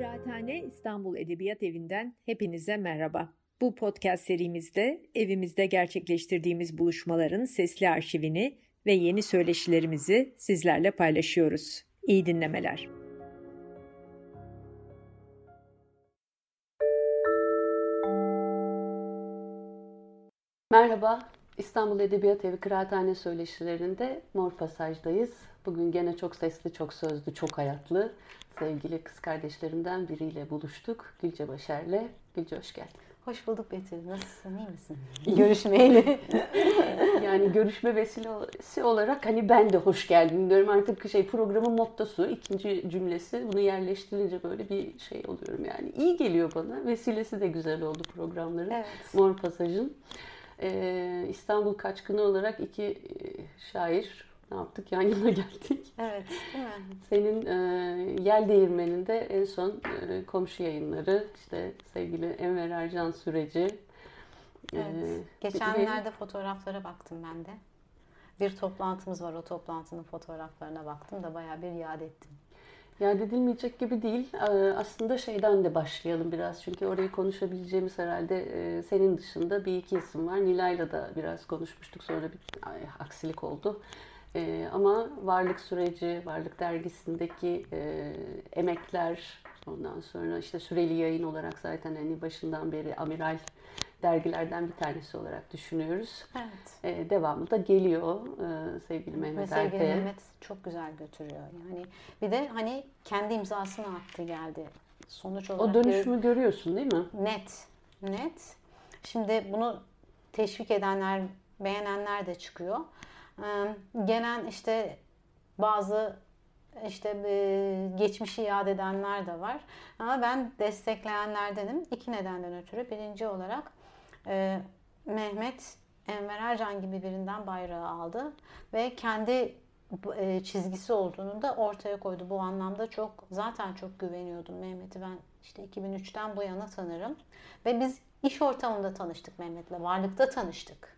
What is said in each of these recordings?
Kıraathane İstanbul Edebiyat Evi'nden hepinize merhaba. Bu podcast serimizde evimizde gerçekleştirdiğimiz buluşmaların sesli arşivini ve yeni söyleşilerimizi sizlerle paylaşıyoruz. İyi dinlemeler. Merhaba, İstanbul Edebiyat Evi Kıraathane Söyleşilerinde Mor Pasaj'dayız. Bugün gene çok sesli, çok sözlü, çok hayatlı sevgili kız kardeşlerimden biriyle buluştuk. Gülce Başer'le. Gülce hoş geldin. Hoş bulduk Betül. Nasılsın? İyi misin? Görüşmeyeli. Yani görüşme vesilesi olarak hani ben de hoş geldin diyorum. Artık programın mottosu, ikinci cümlesi. Bunu yerleştirince böyle bir şey oluyorum yani. İyi geliyor bana. Vesilesi de güzel oldu programların. Evet. Mor Pasaj'ın. İstanbul Kaçkını olarak iki şair ne yaptık? Yan yana geldik. Evet, değil mi? Senin Yel Değirmeni'nde en son komşu yayınları, işte sevgili Enver Ercan Süreci. Evet. Geçenlerde fotoğraflara baktım ben de. Bir toplantımız var, o toplantının fotoğraflarına baktım da bayağı bir yad ettim. Yad edilmeyecek gibi değil. Aslında şeyden de başlayalım biraz. Çünkü orayı konuşabileceğimiz herhalde senin dışında bir iki isim var. Nilay'la da biraz konuşmuştuk. Sonra bir aksilik oldu. Ama Varlık Süreci, Varlık Dergisi'ndeki emekler, ondan sonra işte süreli yayın olarak zaten hani başından beri amiral dergilerden bir tanesi olarak düşünüyoruz. Evet. Devamı da geliyor sevgili Mehmet Erte. Sevgili Mehmet çok güzel götürüyor. Yani bir de hani kendi imzasını attı geldi. Sonuç olarak o dönüşümü görüyorsun değil mi? Net. Şimdi bunu teşvik edenler, beğenenler de çıkıyor. Gelen işte bazı geçmişi yad edenler de var. Ama ben destekleyenlerdenim. İki nedenden ötürü. Birinci olarak Mehmet Enver Ercan gibi birinden bayrağı aldı ve kendi çizgisi olduğunu da ortaya koydu. Bu anlamda zaten çok güveniyordum Mehmet'i. Ben işte 2003'ten bu yana tanırım. Ve biz iş ortamında tanıştık Mehmet'le. Varlık'ta tanıştık.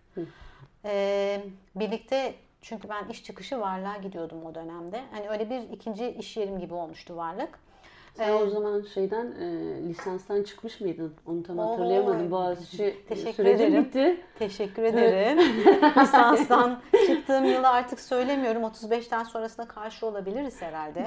Birlikte, çünkü ben iş çıkışı Varlık'a gidiyordum o dönemde. Hani öyle bir ikinci iş yerim gibi olmuştu Varlık. Sen o zaman lisanstan çıkmış mıydın? Onu tam hatırlayamadım. Boğaziçi sürecin bitti. Teşekkür ederim. Lisanstan çıktığım yılı artık söylemiyorum. 35'ten sonrasına karşı olabiliriz herhalde.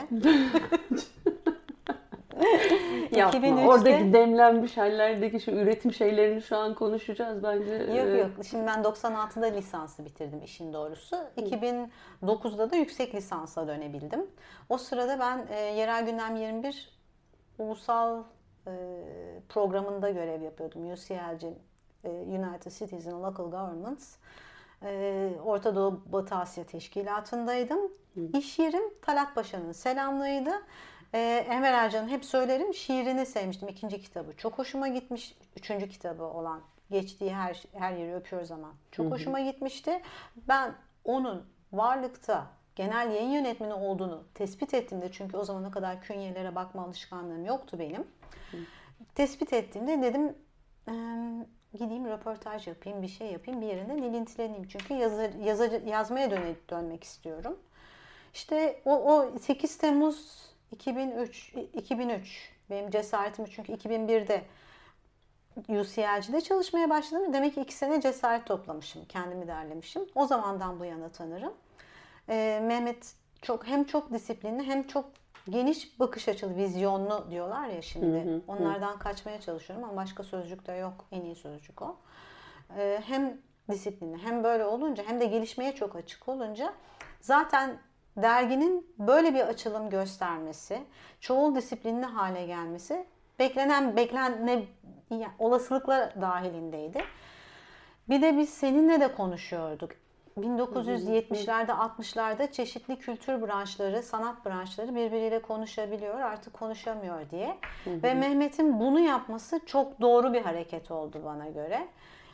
Yapma. 2003'te, oradaki demlenmiş hallerdeki şu üretim şeylerini şu an konuşacağız bence. Yok. Şimdi ben 96'da lisansı bitirdim işin doğrusu. 2009'da da yüksek lisansa dönebildim. O sırada ben Yerel Gündem 21 ulusal programında görev yapıyordum. UCLG, United Cities and Local Governments. Orta Doğu Batı Asya Teşkilatı'ndaydım. İş yerim Talat Paşa'nın selamlığıydı. Enver Ercan'ın hep söylerim şiirini sevmiştim. İkinci kitabı çok hoşuma gitmiş. Üçüncü kitabı olan Geçtiği her yeri öpüyor zaman çok hoşuma gitmişti. Ben onun Varlık'ta genel yayın yönetmeni olduğunu tespit ettiğimde, çünkü o zamana kadar künyelere bakma alışkanlığım yoktu benim. Tespit ettiğimde dedim gideyim röportaj yapayım, bir şey yapayım, bir yerinden ilintileneyim. Çünkü yazmaya dönmek istiyorum. İşte o 8 Temmuz 2003 benim cesaretimi, çünkü 2001'de UCLG'de çalışmaya başladım. Demek ki 2 sene cesaret toplamışım, kendimi derlemişim. O zamandan bu yana tanırım. Mehmet hem çok disiplinli hem çok geniş bakış açılı, vizyonlu diyorlar ya şimdi. Onlardan kaçmaya çalışıyorum ama başka sözcük de yok. En iyi sözcük o. Hem disiplinli hem böyle olunca hem de gelişmeye çok açık olunca zaten derginin böyle bir açılım göstermesi, çoğul disiplinli hale gelmesi beklenen olasılıklar dahilindeydi. Bir de biz seninle de konuşuyorduk. 1970'lerde, 60'larda çeşitli kültür branşları, sanat branşları birbiriyle konuşabiliyor, artık konuşamıyor diye. Ve Mehmet'in bunu yapması çok doğru bir hareket oldu bana göre.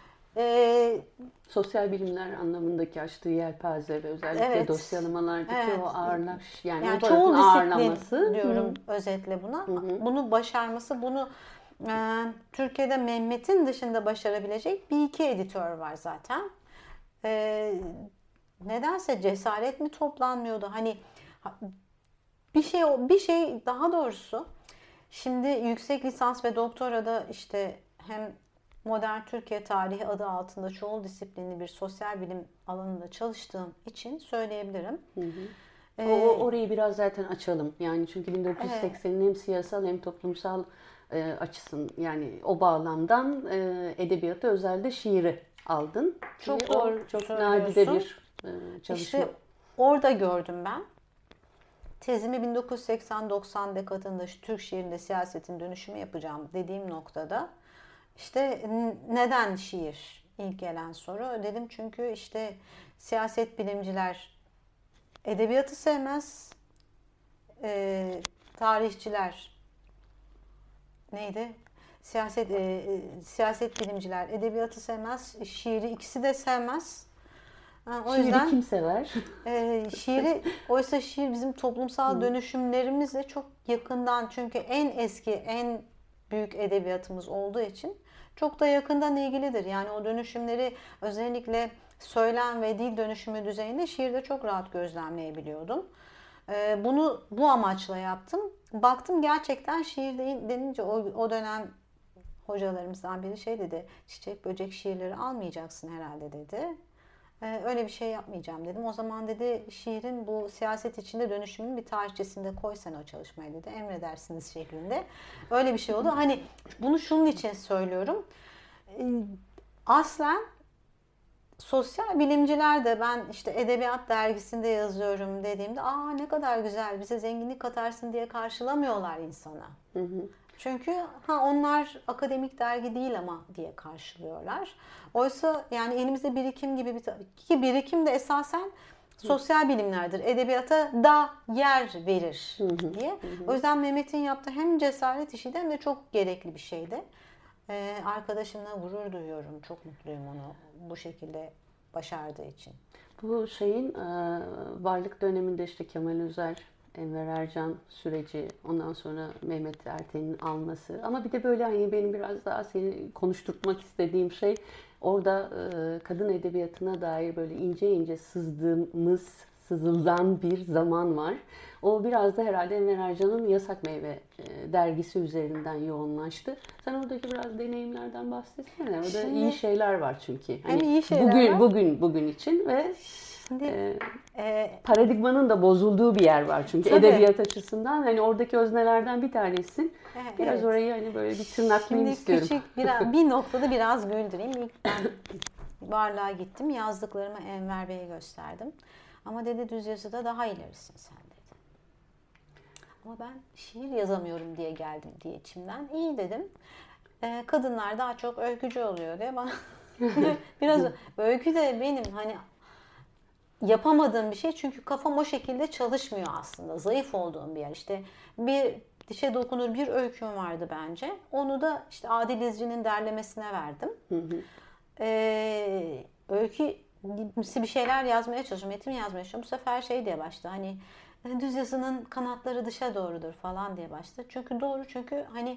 Sosyal bilimler anlamındaki açtığı yelpaze ve özellikle dosyalamalardaki o ağırlaş, yani çoğul ağırlaması diyorum özetle buna. Bunu başarması, bunu Türkiye'de Mehmet'in dışında başarabilecek bir iki editör var zaten. Nedense cesaret mi toplanmıyordu? Hani bir şey daha doğrusu Şimdi yüksek lisans ve doktorada işte hem modern Türkiye tarihi adı altında çoğul disiplinli bir sosyal bilim alanında çalıştığım için söyleyebilirim. Orayı biraz zaten açalım. Yani çünkü 1980'in hem siyasal hem toplumsal açısın, yani o bağlamdan edebiyatı, özellikle şiiri aldın. Çok doğru çok söylüyorsun. nadide bir çalışma. İşte orada gördüm ben. Tezimi 1980-90 dekadında şu Türk şiirinde siyasetin dönüşümü yapacağım dediğim noktada işte neden şiir ilk gelen soru dedim, çünkü işte siyaset bilimciler edebiyatı sevmez, tarihçiler neydi? Siyaset bilimciler edebiyatı sevmez, şiiri ikisi de sevmez. O Şiiri yüzden kim sever? Oysa şiir bizim toplumsal dönüşümlerimizle çok yakından, çünkü en eski, en büyük edebiyatımız olduğu için çok da yakından ilgilidir. Yani o dönüşümleri özellikle söylem ve dil dönüşümü düzeyinde şiirde çok rahat gözlemleyebiliyordum. Bunu bu amaçla yaptım. Baktım gerçekten şiir denince o dönem hocalarımızdan biri şey dedi, çiçek böcek şiirleri almayacaksın herhalde dedi. Öyle bir şey yapmayacağım dedim. O zaman dedi şiirin bu siyaset içinde dönüşümün bir tarihçesinde koy sen o çalışmayı dedi. Emredersiniz şeklinde. Öyle bir şey oldu. Hani bunu şunun için söylüyorum. Aslen sosyal bilimciler de ben işte edebiyat dergisinde yazıyorum dediğimde ne kadar güzel, bize zenginlik katarsın diye karşılamıyorlar insana. Çünkü onlar akademik dergi değil ama diye karşılıyorlar. Oysa yani elimizde birikim gibi ki birikim de esasen sosyal bilimlerdir. Edebiyata da yer verir diye. O yüzden Mehmet'in yaptığı hem cesaret işiydi hem de çok gerekli bir şeydi. Arkadaşımla gurur duyuyorum. Çok mutluyum onu bu şekilde başardığı için. Bu şeyin varlık döneminde işte Kemal Özer, Enver Ercan süreci, ondan sonra Mehmet Erten'in alması. Ama bir de böyle hani benim biraz daha seni konuşturmak istediğim şey, orada kadın edebiyatına dair böyle ince ince sızılan bir zaman var. O biraz da herhalde Enver Ercan'ın Yasak Meyve dergisi üzerinden yoğunlaştı. Sen oradaki biraz deneyimlerden bahsetsene. Orada iyi şeyler var çünkü. Hani iyi şeyler bugün için ve Şimdi, paradigmanın da bozulduğu bir yer var çünkü tabii. Edebiyat açısından. Hani oradaki öznelerden bir tanesin. Biraz evet. orayı hani böyle bir tırnaklayayım istiyorum. Şimdi küçük bir noktada biraz güldüreyim. İlk ben varlığa gittim. Yazdıklarımı Enver Bey'e gösterdim. Ama dedi düz yazıda daha ilerisin sen dedi. Ama ben şiir yazamıyorum diye geldim diye içimden. İyi dedim. Kadınlar daha çok öykücü oluyor diye bana biraz öykü de benim hani yapamadığım bir şey, çünkü kafam o şekilde çalışmıyor aslında. Zayıf olduğum bir yer. İşte bir dişe dokunur bir öyküm vardı bence. Onu da işte Adil İzci'nin derlemesine verdim. Öykü bir şeyler yazmaya çalışıyorum. Metin yazmaya çalışıyorum. Bu sefer şey diye başladı. Hani düz yazının kanatları dışa doğrudur falan diye başladı. Çünkü doğru, çünkü hani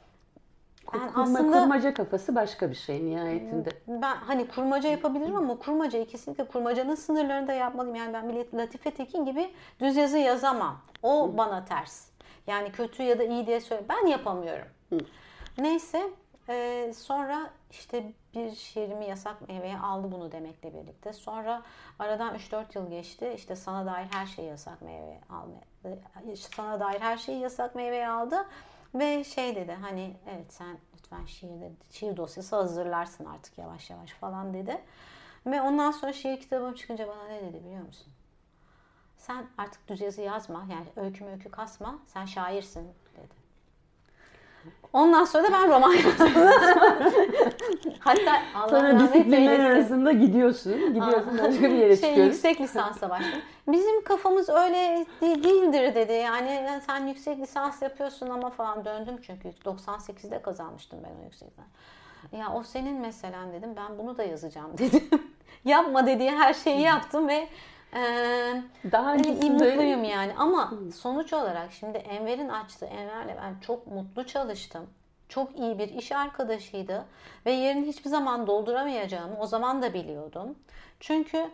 kurmaca kafası başka bir şey nihayetinde. Ben hani kurmaca yapabilirim ama kurmacayı kesinlikle kurmacanın sınırlarında yapmalıyım. Yani ben Latife Tekin gibi düz yazı yazamam. O bana ters. Yani kötü ya da iyi diye söyle. Ben yapamıyorum. Neyse sonra işte bir şiirimi Yasak Meyve'ye aldı bunu demekle birlikte. Sonra aradan 3-4 yıl geçti. İşte sana dair her şeyi Yasak Meyve'ye aldı. Sana dair her şeyi Yasak Meyve'ye aldı. Ve şey dedi hani evet sen lütfen şiir dosyası hazırlarsın artık yavaş yavaş falan dedi. Ve ondan sonra şiir kitabım çıkınca bana ne dedi biliyor musun? Sen artık düz yazı yazma, yani öykü kasma, sen şairsin dedi. Ondan sonra da ben roman yazdım. Hatta sonra disiplinler arasında gidiyorsun başka bir yere çıkıyorsun. Yüksek lisansa başladım. Bizim kafamız öyle değildir dedi. Yani sen yüksek lisans yapıyorsun ama falan, döndüm çünkü 98'de kazanmıştım ben o yüksek lisans. Ya o senin meselen dedim, ben bunu da yazacağım dedim. Yapma dediği her şeyi yaptım ve daha mutluyum yani. Ama sonuç olarak şimdi Enver'le ben çok mutlu çalıştım. Çok iyi bir iş arkadaşıydı ve yerini hiçbir zaman dolduramayacağımı o zaman da biliyordum. Çünkü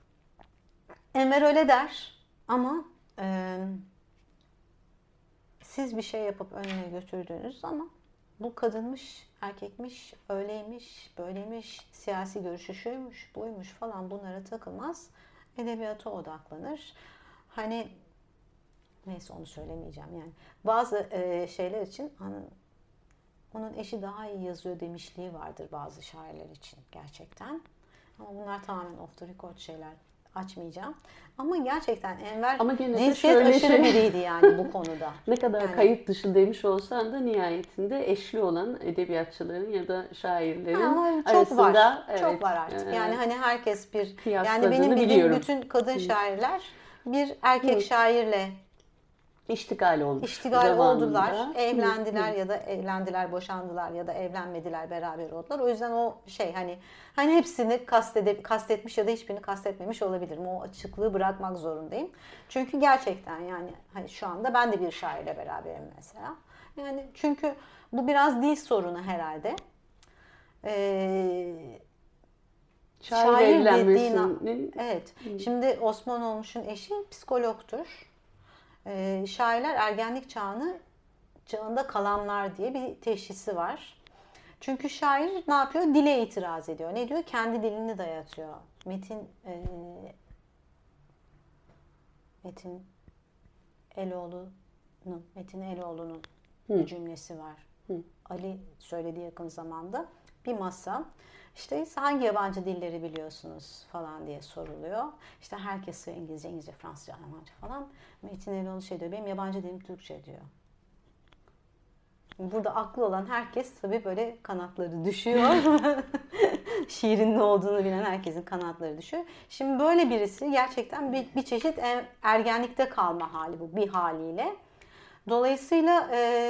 Enver öyle der ama siz bir şey yapıp önüne götürdüğünüz zaman bu kadınmış, erkekmiş, öyleymiş, böyleymiş, siyasi görüşü şuymuş, buymuş falan bunlara takılmaz. Edebiyata odaklanır. Hani neyse onu söylemeyeceğim yani. Bazı şeyler için onun eşi daha iyi yazıyor demişliği vardır bazı şairler için gerçekten. Ama bunlar tamamen off the record şeyler. Açmayacağım. Ama gerçekten Enver cinsiyet aşırı biriydi yani bu konuda. Ne kadar yani, kayıt dışı demiş olsan da nihayetinde eşli olan edebiyatçıların ya da şairlerin çok arasında var. Çok var artık. Yani hani herkes bir yani benim bildiğim bütün kadın şairler bir erkek şairle İştigal oldular, evlendiler ya da evlendiler, boşandılar ya da evlenmediler, beraber oldular. O yüzden o şey hani hepsini kastetmiş ya da hiçbirini kastetmemiş olabilirim. O açıklığı bırakmak zorundayım. Çünkü gerçekten yani hani şu anda ben de bir şairle beraberim mesela. Yani çünkü bu biraz dil sorunu herhalde. Şair dediğin evet. Şimdi Osman Olmuş'un eşi psikologtur. Şairler ergenlik çağında kalanlar diye bir teşhisi var. Çünkü şair ne yapıyor? Dile itiraz ediyor. Ne diyor? Kendi dilini dayatıyor. Metin Eloğlu'nun bir cümlesi var. Ali söyledi yakın zamanda. Bir masa. İşte hangi yabancı dilleri biliyorsunuz falan diye soruluyor. İşte herkes İngilizce, Fransızca, Almanca falan. Metin Eloğlu diyor, benim yabancı dilim Türkçe diyor. Burada aklı olan herkes tabii böyle kanatları düşüyor. Şiirin ne olduğunu bilen herkesin kanatları düşüyor. Şimdi böyle birisi gerçekten bir çeşit ergenlikte kalma hali bu bir haliyle. Dolayısıyla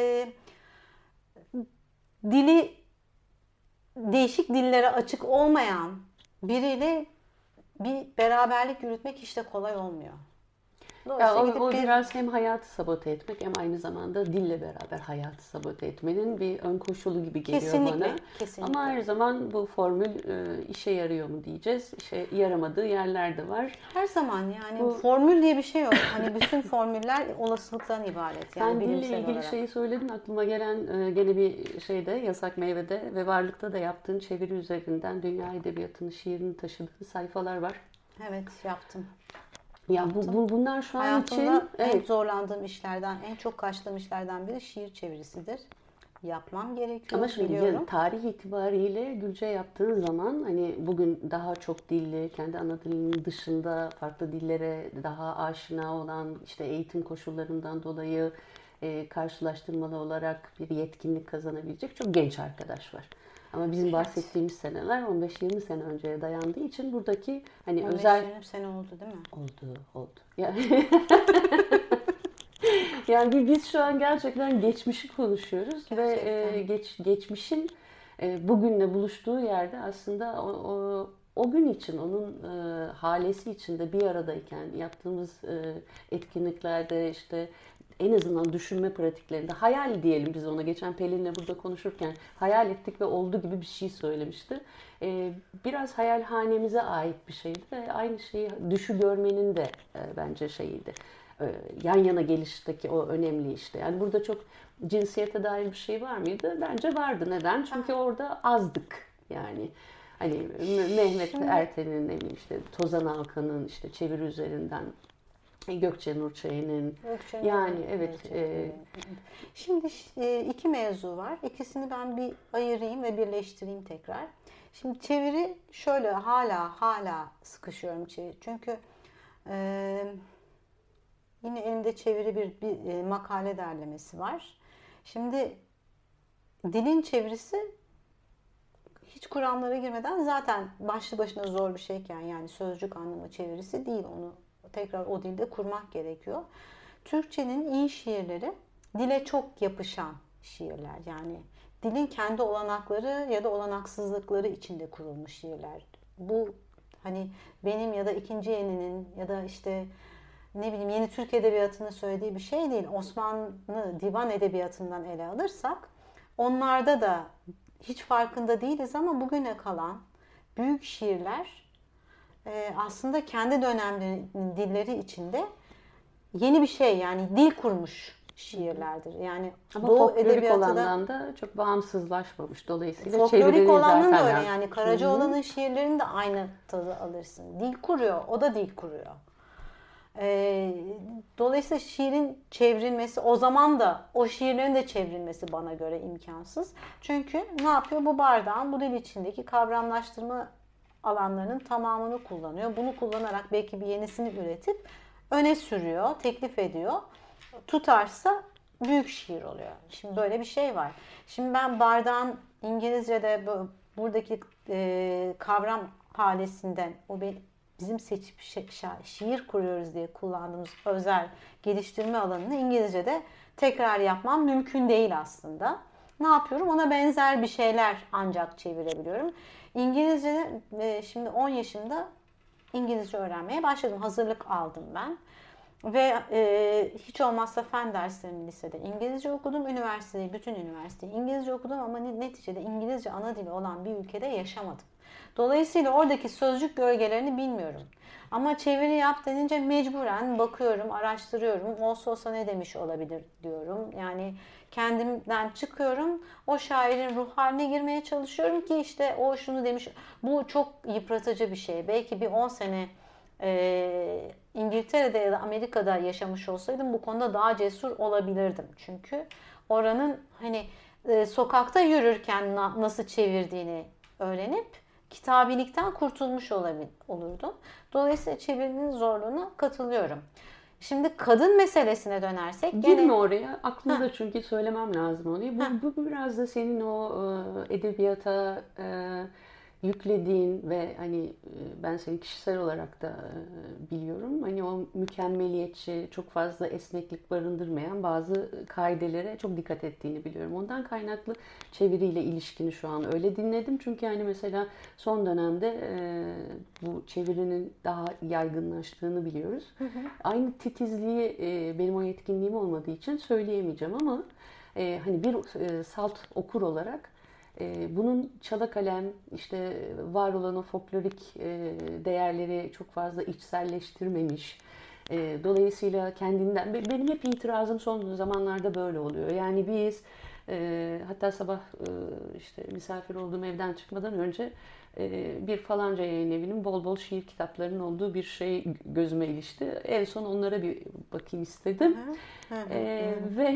değişik dillere açık olmayan biriyle bir beraberlik yürütmek hiç de kolay olmuyor. Ya o biraz hem hayatı sabote etmek hem aynı zamanda dille beraber hayatı sabote etmenin bir ön koşulu gibi geliyor bana. Kesinlikle. Ama her zaman bu formül işe yarıyor mu diyeceğiz. İşe yaramadığı yerler de var. Her zaman yani formül diye bir şey yok. Hani bütün formüller olasılıktan ibaret. Yani sen dille ilgili olarak. Şeyi söyledin, aklıma gelen gene bir şeyde Yasak Meyve'de ve Varlık'ta da yaptığın çeviri üzerinden dünya edebiyatını, şiirini taşıdığın sayfalar var. Evet, yaptım. Ya bunlar şu an hayatımda en zorlandığım işlerden, en çok kaçtığım işlerden biri şiir çevirisidir. Yapmam gerekiyor. Ama şimdi tarih itibariyle Gülce yaptığın zaman hani bugün daha çok dilli, kendi ana dilinin dışında farklı dillere daha aşina olan, işte eğitim koşullarından dolayı karşılaştırmalı olarak bir yetkinlik kazanabilecek çok genç arkadaş var. Ama bizim bahsettiğimiz seneler 15-20 sene önceye dayandığı için buradaki hani 15-20 sene oldu değil mi? Oldu. Yani biz şu an gerçekten geçmişi konuşuyoruz ve geçmişin bugünle buluştuğu yerde aslında o gün için, onun halesi için de bir aradayken yaptığımız etkinliklerde işte en azından düşünme pratiklerinde hayal diyelim biz ona. Geçen Pelin'le burada konuşurken hayal ettik ve oldu gibi bir şey söylemişti. Biraz hayalhanemize ait bir şeydi ve aynı şeyi düşü görmenin de bence şeyiydi. Yan yana gelişteki o önemli işte. Yani burada çok cinsiyete dair bir şey var mıydı? Bence vardı. Neden? Çünkü orada azdık yani. Hani Mehmet Erten'in işte Tozan Alkan'ın işte çeviri üzerinden Gökçe Nurçay'ın yani evet. Şimdi iki mevzu var. İkisini ben bir ayırayım ve birleştireyim tekrar. Şimdi çeviri şöyle hala sıkışıyorum çeviri. Çünkü yine elimde çeviri bir makale derlemesi var. Şimdi dilin çevirisi hiç kuramlara girmeden zaten başlı başına zor bir şeyken yani sözcük anlamı çevirisi değil, onu tekrar o dilde kurmak gerekiyor. Türkçenin iyi şiirleri dile çok yapışan şiirler. Yani dilin kendi olanakları ya da olanaksızlıkları içinde kurulmuş şiirler. Bu hani benim ya da ikinci yeninin ya da işte ne bileyim yeni Türk edebiyatını söylediği bir şey değil. Osmanlı divan edebiyatından ele alırsak onlarda da hiç farkında değiliz ama bugüne kalan büyük şiirler aslında kendi dönemlerinin dilleri içinde yeni bir şey yani dil kurmuş şiirlerdir. Yani Ama Doğu folklorik edebiyatı da olandan da çok bağımsızlaşmamış. Dolayısıyla folklorik çevirileri olanın da zaten öyle yani Karacaoğlan'ın şiirlerinin de aynı tadı alırsın. Dil kuruyor, o da dil kuruyor. Dolayısıyla şiirin çevrilmesi, o zaman da o şiirlerin de çevrilmesi bana göre imkansız. Çünkü ne yapıyor? Bu bardağın bu dil içindeki kavramlaştırma alanlarının tamamını kullanıyor. Bunu kullanarak belki bir yenisini üretip öne sürüyor, teklif ediyor. Tutarsa büyük şiir oluyor. Şimdi böyle bir şey var. Şimdi ben bardağın İngilizce'de buradaki kavram halesinden bizim seçip şiir kuruyoruz diye kullandığımız özel geliştirme alanını İngilizce'de tekrar yapmam mümkün değil aslında. Ne yapıyorum? Ona benzer bir şeyler ancak çevirebiliyorum. İngilizce'de şimdi 10 yaşında İngilizce öğrenmeye başladım. Hazırlık aldım ben. Ve hiç olmazsa fen derslerimi lisede İngilizce okudum. Bütün üniversiteyi İngilizce okudum ama neticede İngilizce ana dili olan bir ülkede yaşamadım. Dolayısıyla oradaki sözcük gölgelerini bilmiyorum. Ama çeviri yap denince mecburen bakıyorum, araştırıyorum. Olsa ne demiş olabilir diyorum. Yani kendimden çıkıyorum. O şairin ruh haline girmeye çalışıyorum ki işte o şunu demiş. Bu çok yıpratıcı bir şey. Belki bir 10 sene İngiltere'de ya da Amerika'da yaşamış olsaydım bu konuda daha cesur olabilirdim. Çünkü oranın hani sokakta yürürken nasıl çevirdiğini öğrenip kitabilikten kurtulmuş olurdum. Dolayısıyla çevirinin zorluğuna katılıyorum. Şimdi kadın meselesine dönersek girme oraya. Aklımda çünkü söylemem lazım oluyor. Bu biraz da senin o edebiyata yüklediğin ve hani ben seni kişisel olarak da biliyorum. Hani o mükemmeliyetçi, çok fazla esneklik barındırmayan bazı kaidelere çok dikkat ettiğini biliyorum. Ondan kaynaklı çeviriyle ilişkini şu an öyle dinledim. Çünkü hani mesela son dönemde bu çevirinin daha yaygınlaştığını biliyoruz. Aynı titizliği benim o yetkinliğim olmadığı için söyleyemeyeceğim ama hani bir salt okur olarak bunun çala kalem işte var olan o folklorik değerleri çok fazla içselleştirmemiş. Dolayısıyla kendinden benim hep itirazım son zamanlarda böyle oluyor. Yani biz hatta sabah işte misafir olduğum evden çıkmadan önce bir falanca yayın evinin bol bol şiir kitaplarının olduğu bir şey gözüme ilişti. En son onlara bir bakayım istedim. Ve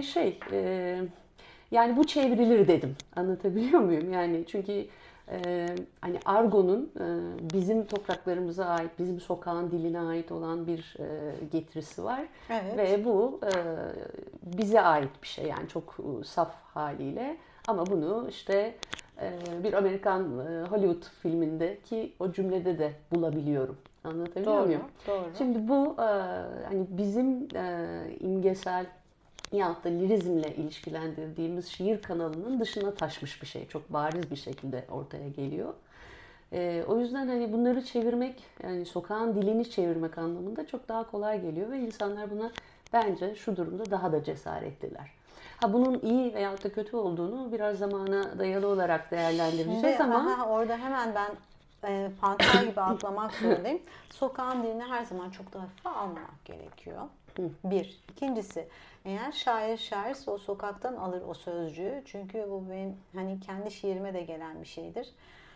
yani bu çevrilir dedim. Anlatabiliyor muyum? Yani çünkü hani argonun bizim topraklarımıza ait, bizim sokağın diline ait olan bir getirisi var. Evet. Ve bu bize ait bir şey yani çok saf haliyle. Ama bunu işte bir Amerikan Hollywood filmindeki o cümlede de bulabiliyorum. Anlatabiliyor muyum? Doğru. Şimdi bu hani bizim imgesel yahut da lirizmle ilişkilendirdiğimiz şiir kanalının dışına taşmış bir şey. Çok bariz bir şekilde ortaya geliyor. O yüzden hani bunları çevirmek, yani sokağın dilini çevirmek anlamında çok daha kolay geliyor ve insanlar buna bence şu durumda daha da cesaretliler. Bunun iyi veyahut da kötü olduğunu biraz zamana dayalı olarak değerlendireceğiz ama orada hemen ben panter gibi atlamak zorundayım. Sokağın dilini her zaman çok da hafife almamak gerekiyor. Bir. İkincisi, eğer şairse o sokaktan alır o sözcüğü. Çünkü bu benim hani kendi şiirime de gelen bir şeydir.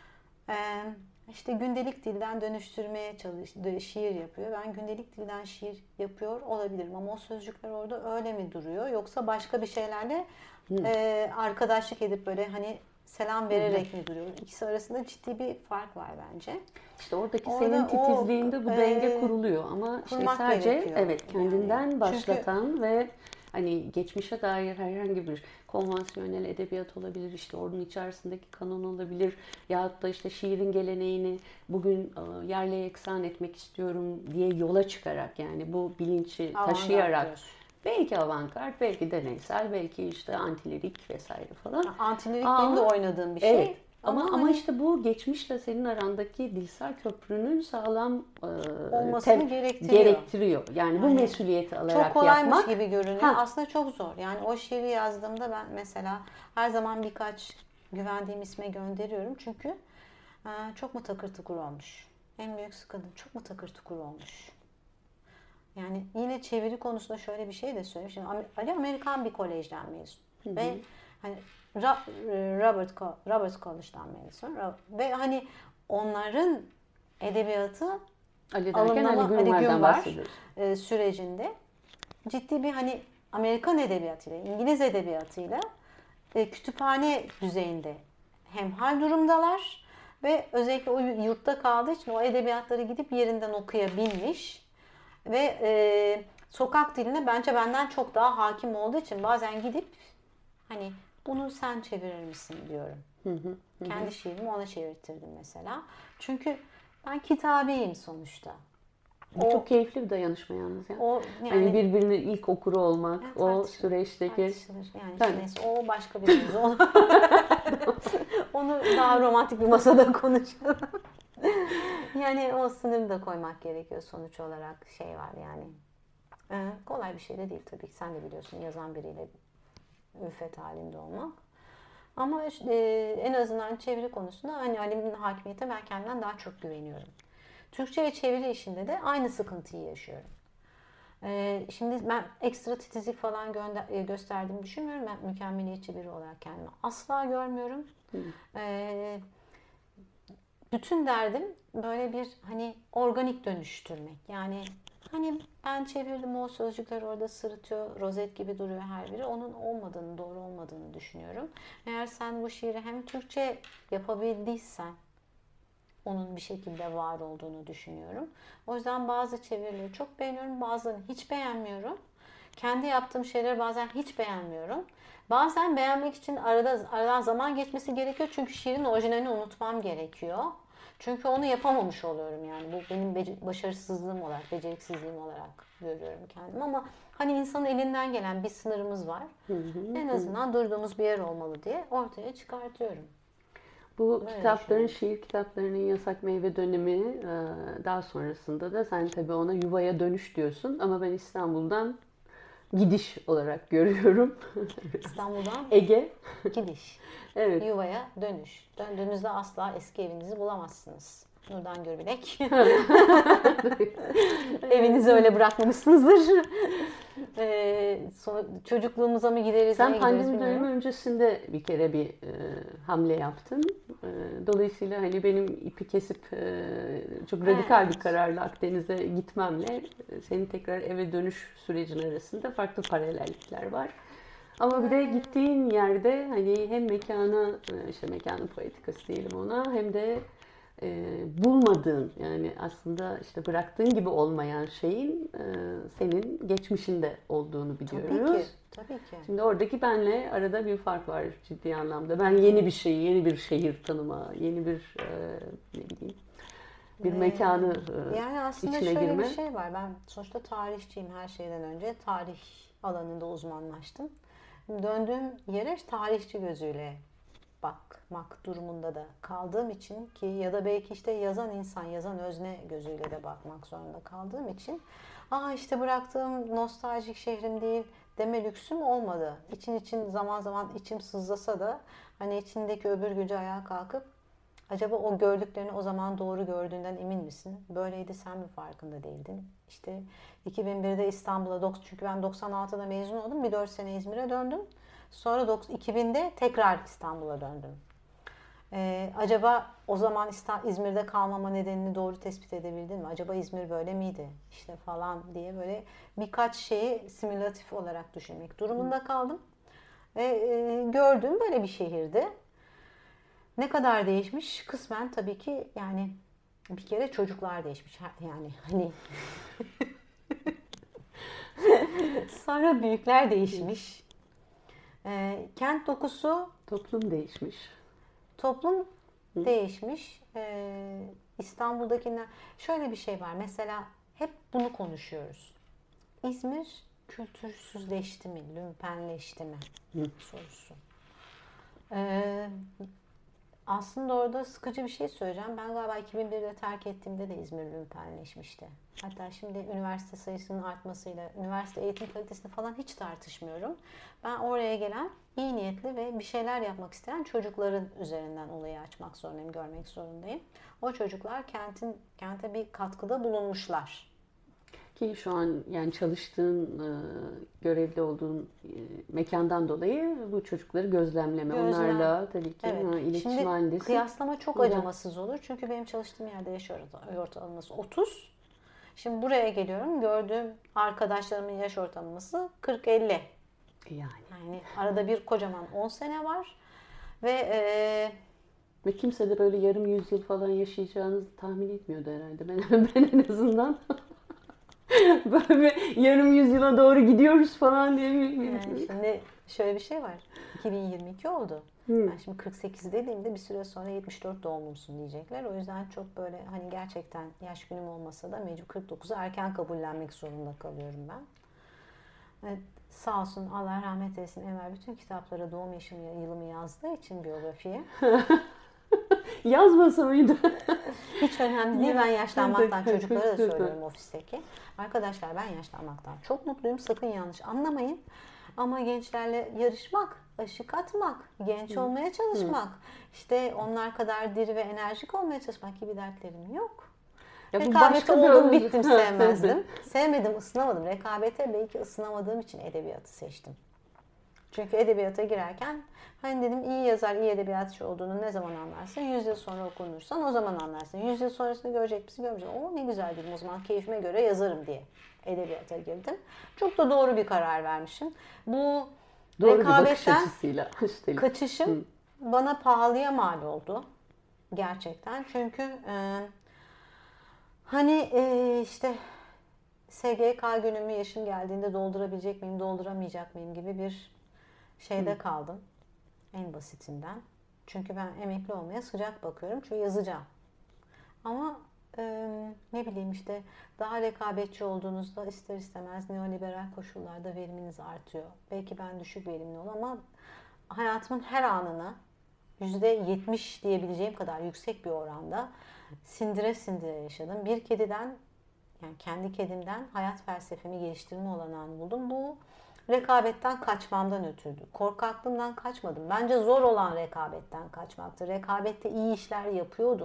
İşte gündelik dilden dönüştürmeye şiir yapıyor. Ben gündelik dilden şiir yapıyor olabilirim ama o sözcükler orada öyle mi duruyor? Yoksa başka bir şeylerle arkadaşlık edip böyle hani selam vererek mi duruyor? İkisi arasında ciddi bir fark var bence. İşte oradaki senin titizliğinde bu denge kuruluyor ama işte sadece gerekiyor. kendinden Yani. başlatan ve hani geçmişe dair herhangi bir konvansiyonel edebiyat olabilir, işte onun içerisindeki kanon olabilir yahut da işte şiirin geleneğini bugün yerle yeksan etmek istiyorum diye yola çıkarak yani bu bilinci taşıyarak belki avantgard, belki deneysel, belki işte antilerik vesaire falan. Antilerik benim de oynadığım bir şey. Evet. Ama işte bu geçmişle senin arandaki dilsel köprünün sağlam olmasını gerektiriyor. Yani bu mesuliyeti alarak yapmak. Çok kolaymış gibi görünüyor. Aslında çok zor. Yani o şiiri yazdığımda ben mesela her zaman birkaç güvendiğim isme gönderiyorum. Çünkü çok mu takır tukur olmuş? En büyük sıkıntım çok mu takır tukur olmuş? Yani yine çeviri konusunda şöyle bir şey de söyleyeyim. Şimdi Ali Amerikan bir kolejden mezun. Ve hani Robert College'dan mezun. Ve hani onların edebiyatı Ali derken Ali Günvar'dan sürecinde ciddi bir hani Amerikan edebiyatıyla, İngiliz edebiyatıyla kütüphane düzeyinde hemhal durumdalar ve özellikle o yurtta kaldığı için o edebiyatları gidip yerinden okuyabilmiş ve sokak diline bence benden çok daha hakim olduğu için bazen gidip hani bunu sen çevirir misin diyorum. Kendi şiirimi ona çevirttirdim mesela. Çünkü ben kitabiyim sonuçta. Çok keyifli bir dayanışma yalnız ya. Hani birbirinin ilk okuru olmak, o süreçteki. Yani neyse, o başka bir mevzu. Onu daha romantik bir masada konuşalım. Yani o sınırı da koymak gerekiyor sonuç olarak şey var yani. Kolay bir şey de değil tabii ki. Sen de biliyorsun yazan biriyle ülfet halinde olmak. Ama en azından çeviri konusunda hani Ali'nin hakimiyetine ben kendimden daha çok güveniyorum. Türkçe'ye çeviri işinde de aynı sıkıntıyı yaşıyorum. Şimdi ben ekstra titizlik falan gösterdiğimi düşünmüyorum. Ben mükemmeliyetçi biri olarak kendimi asla görmüyorum. Bütün derdim böyle bir hani organik dönüştürmek. Yani hani ben çevirdim, o sözcükler orada sırıtıyor, rozet gibi duruyor her biri. Onun olmadığını, doğru olmadığını düşünüyorum. Eğer sen bu şiiri hem Türkçe yapabildiysen onun bir şekilde var olduğunu düşünüyorum. O yüzden bazı çevirileri çok beğeniyorum, bazılarını hiç beğenmiyorum. Kendi yaptığım şeyleri bazen hiç beğenmiyorum. Bazen beğenmek için aradan zaman geçmesi gerekiyor çünkü şiirin orijinalini unutmam gerekiyor. Çünkü onu yapamamış oluyorum yani. Bu benim başarısızlığım olarak, beceriksizliğim olarak görüyorum kendimi ama hani insanın elinden gelen bir sınırımız var. En azından durduğumuz bir yer olmalı diye ortaya çıkartıyorum. Bu kitapların, şiir kitaplarının yasak meyve dönemi daha sonrasında da sen tabii ona yuvaya dönüş diyorsun ama ben İstanbul'dan gidiş olarak görüyorum. İstanbul'dan Ege. Gidiş. Evet. Yuvaya dönüş. Döndüğünüzde asla eski evinizi bulamazsınız. Nurdan Görbilek. Evinizi öyle bırakmamışsınızdır. Çocukluğumuza mı gideriz? Sen pandemi dönemi öncesinde bir kere bir hamle yaptın. Dolayısıyla hani benim ipi kesip çok radikal bir kararla Akdeniz'e gitmemle senin tekrar eve dönüş sürecin arasında farklı paralellikler var. Ama bir de gittiğin yerde hani hem mekanın poetikası diyelim ona hem de bulmadığın yani aslında işte bıraktığın gibi olmayan şeyin senin geçmişinde olduğunu biliyoruz. Tabii ki. Şimdi oradaki benle arada bir fark var ciddi anlamda. Ben yeni bir şeyi, yeni bir şehir tanıma, yeni bir bir mekanı yani aslında içine şöyle girme. bir şey var. Ben sonuçta tarihçiyim her şeyden önce. Tarih alanında uzmanlaştım. Döndüğüm yere tarihçi gözüyle bakmak durumunda da kaldığım için ki ya da belki işte yazan insan, yazan özne gözüyle de bakmak zorunda kaldığım için işte bıraktığım nostaljik şehrim değil deme lüksüm olmadı. İçin zaman zaman içim sızlasa da hani içindeki öbür gücü ayağa kalkıp acaba o gördüklerini o zaman doğru gördüğünden emin misin? Böyleydi, sen mi farkında değildin? İşte 2001'de İstanbul'a, çünkü ben 96'da mezun oldum. Bir 4 sene İzmir'e döndüm. Sonra 2000'de tekrar İstanbul'a döndüm. Acaba o zaman İzmir'de kalmama nedenini doğru tespit edebildin mi? Acaba İzmir böyle miydi? İşte falan diye böyle birkaç şeyi simülatif olarak düşünmek durumunda kaldım. Gördüğüm böyle bir şehirdi. Ne kadar değişmiş? Kısmen tabii ki yani bir kere çocuklar değişmiş. Yani hani sonra büyükler değişmiş. Kent dokusu, Toplum değişmiş. Toplum değişmiş. İstanbul'dakiler şöyle bir şey var. Mesela hep bunu konuşuyoruz. İzmir kültürsüzleşti mi, lümpenleşti mi sorusu. Aslında orada sıkıcı bir şey söyleyeceğim. Ben galiba 2001'de terk ettiğimde de İzmir lümpenleşmişti. Hatta şimdi üniversite sayısının artmasıyla üniversite eğitim kalitesini falan hiç tartışmıyorum. Ben oraya gelen iyi niyetli ve bir şeyler yapmak isteyen çocukların üzerinden olayı açmak zorundayım, görmek zorundayım. O çocuklar kente bir katkıda bulunmuşlar. Ki şu an yani çalıştığın, görevli olduğun mekandan dolayı bu çocukları gözlemleme. Onlarla tabii ki Evet. iletişim Şimdi halindesin. kıyaslama çok acımasız olur. Çünkü benim çalıştığım yerde yaş ortalaması 30. Şimdi buraya geliyorum. Gördüğüm arkadaşlarımın yaş ortalaması 40-50. Yani arada bir kocaman 10 sene var. Ve kimse de böyle yarım yüzyıl falan yaşayacağınızı tahmin etmiyordu herhalde. Ben en azından böyle yarım yüzyıla doğru gidiyoruz falan diye Yani şimdi şöyle bir şey var. 2022 oldu. Ben şimdi 48 dediğimde bir süre sonra 74 doğumlusun diyecekler. O yüzden çok böyle hani gerçekten yaş günüm olmasa da mecbur 49'u erken kabullenmek zorunda kalıyorum ben. Evet, sağ olsun Allah rahmet eylesin Enver bütün kitaplara doğum yılımı yazdığı için biyografiye. Yazmasa mıydı? Hiç önemli değil. Ben yaşlanmaktan çocuklara da söylüyorum ofisteki. Arkadaşlar ben yaşlanmaktan çok mutluyum. Sakın yanlış anlamayın. Ama gençlerle yarışmak, aşık atmak, genç olmaya çalışmak, işte onlar kadar diri ve enerjik olmaya çalışmak gibi dertlerim yok. Rekabete oldum bittim sevmezdim. Sevmedim, ısınamadım. Rekabete belki ısınamadığım için edebiyatı seçtim. Çünkü edebiyata girerken hani dedim iyi yazar, iyi edebiyatçı olduğunu ne zaman anlarsın? 100 yıl sonra okunursan o zaman anlarsın. 100 yıl sonrasını görecek misin? Görmeyeceksin. O ne güzel dedim o zaman keyfime göre yazarım diye edebiyata girdim. Çok da doğru bir karar vermişim. Bu doğru rekabetten kaçışım bana pahalıya mal oldu. Gerçekten. Çünkü işte SGK günümü yaşım geldiğinde doldurabilecek miyim, dolduramayacak mıyım gibi bir şeyde kaldım. En basitinden. Çünkü ben emekli olmaya sıcak bakıyorum. Çünkü yazacağım. Ama ne bileyim işte daha rekabetçi olduğunuzda ister istemez neoliberal koşullarda veriminiz artıyor. Belki ben düşük verimli ol ama hayatımın her anını %70 diyebileceğim kadar yüksek bir oranda sindire sindire yaşadım. Bir kediden yani kendi kedimden hayat felsefemi geliştirme olanağını buldum. Bu rekabetten kaçmamdan ötürdü. Korkaklığımdan kaçmadım. Bence zor olan rekabetten kaçmaktı. Rekabette iyi işler yapıyordum.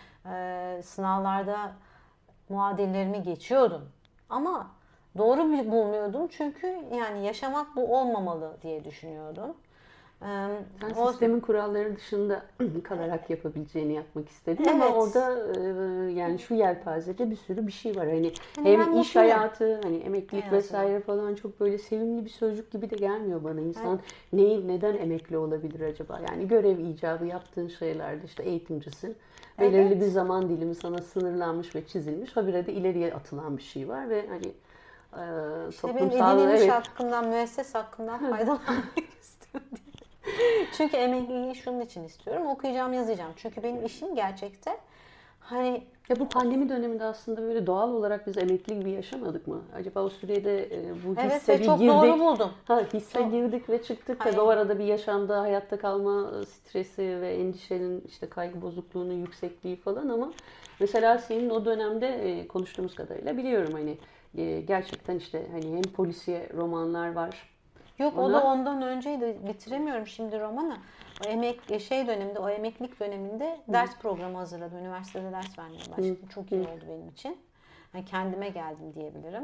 Sınavlarda muadillerimi geçiyordum. Ama doğru bulmuyordum çünkü yani yaşamak bu olmamalı diye düşünüyordum. Sen sistemin kuralları dışında kalarak yapabileceğini yapmak istedin evet. Ama orada yani şu yelpazede bir sürü bir şey var. Hani hem iş hayatı, hani emeklilik vesaire falan çok böyle sevimli bir sözcük gibi de gelmiyor bana. İnsan neden emekli olabilir acaba? Yani görev icabı yaptığın şeylerde işte eğitimcisin. Belirli bir zaman dilimi sana sınırlanmış ve çizilmiş. Habire de ileriye atılan bir şey var ve hani işte benim edinilmiş hakkımdan, müesses hakkımdan faydalanmak istiyorum. Çünkü emekliliği şunun için istiyorum. Okuyacağım, yazacağım. Çünkü benim işim gerçekte hani... Ya bu pandemi döneminde aslında böyle doğal olarak biz emekli gibi yaşamadık mı? Acaba o sürede bu hisse bir çok girdik. doğru buldum. Girdik ve çıktık. Tabii o arada bir yaşamda hayatta kalma stresi ve endişenin işte kaygı bozukluğunun yüksekliği falan ama mesela senin o dönemde konuştuğumuz kadarıyla biliyorum hani gerçekten işte hani hem polisiye romanlar var. Yok o da ondan önceydi. Bitiremiyorum şimdi romanı. O döneminde, o emeklilik döneminde ders programı hazırladım. Üniversitede ders vermeye başladım. Çok iyi oldu benim için. Yani kendime geldim diyebilirim.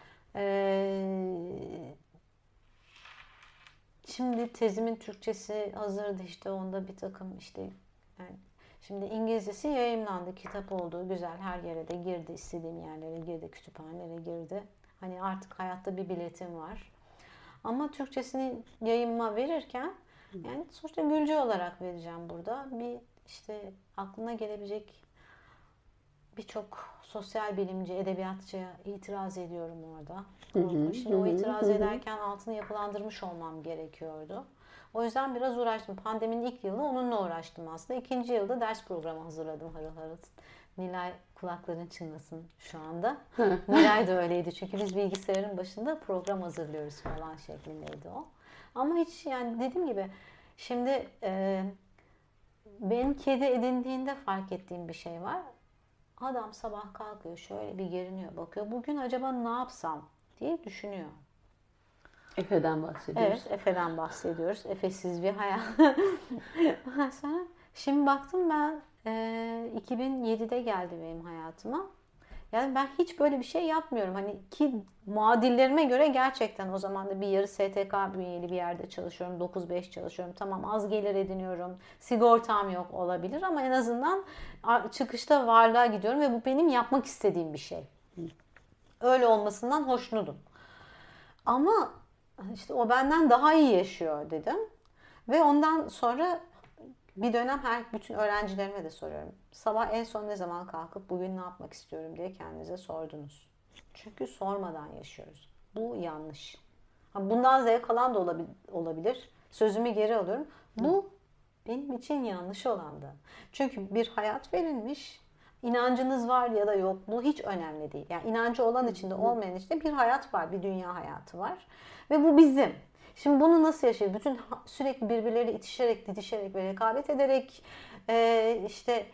Şimdi tezimin Türkçesi hazırdı işte onda bir takım işte yani şimdi İngilizcesi yayımlandı. Kitap olduğu güzel her yere de girdi. İstediğim yerlere girdi. Kütüphanelere girdi. Hani artık hayatta bir biletim var. Ama Türkçesini yayınıma verirken yani sonuçta Gülce olarak vereceğim burada. Bir işte aklına gelebilecek birçok sosyal bilimci, edebiyatçıya itiraz ediyorum orada. Şimdi o itiraz ederken altını yapılandırmış olmam gerekiyordu. O yüzden biraz uğraştım. Pandeminin ilk yılı onunla uğraştım aslında. İkinci yılda ders programı hazırladım harıl harıl. Nilay kulakların çınlasın şu anda. Nilay da öyleydi çünkü biz bilgisayarın başında program hazırlıyoruz falan şeklindeydi o. Ama hiç yani dediğim gibi şimdi benim kedi edindiğinde fark ettiğim bir şey var. Adam sabah kalkıyor şöyle bir geriniyor bakıyor. Bugün acaba ne yapsam diye düşünüyor. Efe'den bahsediyoruz. Evet, Efe'den bahsediyoruz. Efesiz bir hayat. Sonra şimdi baktım ben 2007'de geldi benim hayatıma. Yani ben hiç böyle bir şey yapmıyorum. Hani ki muadillerime göre gerçekten o zaman da bir yarı STK bünyeli bir yerde çalışıyorum. 9-5 çalışıyorum. Tamam, az gelir ediniyorum. Sigortam yok olabilir ama en azından çıkışta varlığa gidiyorum ve bu benim yapmak istediğim bir şey. Öyle olmasından hoşnutum. Ama işte o benden daha iyi yaşıyor dedim. Ve ondan sonra bir dönem bütün öğrencilerime de soruyorum. Sabah en son ne zaman kalkıp bugün ne yapmak istiyorum diye kendinize sordunuz. Çünkü sormadan yaşıyoruz. Bu yanlış. Bundan zevk alan da olabilir. Sözümü geri alıyorum. Bu benim için yanlış olandı. Çünkü bir hayat verilmiş. İnancınız var ya da yok. Bu hiç önemli değil. Yani inancı olan içinde olmayan içinde bir hayat var. Bir dünya hayatı var. Ve bu bizim. Şimdi bunu nasıl yaşayacağız? Bütün sürekli birbirleriyle itişerek, didişerek ve rekabet ederek işte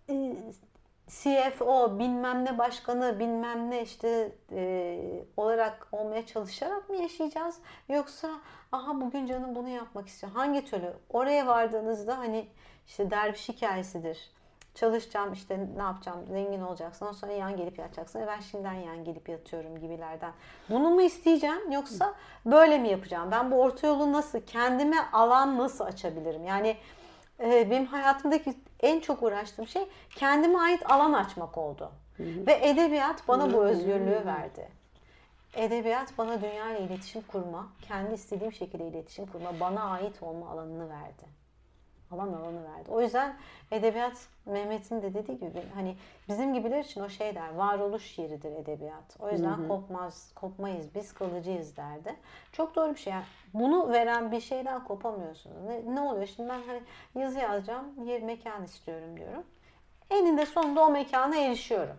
CFO, bilmem ne başkanı, bilmem ne işte olarak olmaya çalışarak mı yaşayacağız? Yoksa aha bugün canım bunu yapmak istiyor. Hangi türlü? Oraya vardığınızda hani işte derviş hikayesidir. Çalışacağım işte ne yapacağım, zengin olacaksın, sonra yan gelip yatacaksın. Ben şimdiden yan gelip yatıyorum gibilerden. Bunu mu isteyeceğim yoksa böyle mi yapacağım? Ben bu orta yolu nasıl, kendime alan nasıl açabilirim? Yani benim hayatımdaki en çok uğraştığım şey kendime ait alan açmak oldu. Ve edebiyat bana bu özgürlüğü verdi. Edebiyat bana dünya ile iletişim kurma, kendi istediğim şekilde iletişim kurma, bana ait olma alanını verdi. Alanı verdi. O yüzden edebiyat, Mehmet'in de dediği gibi hani bizim gibiler için o şey der, varoluş yeridir edebiyat. O yüzden kopmayız, biz kalıcıyız derdi. Çok doğru bir şey. Yani bunu veren bir şeyden kopamıyorsunuz. Ne oluyor? Şimdi ben hani yazı yazacağım, mekan istiyorum diyorum. Eninde sonunda o mekana erişiyorum.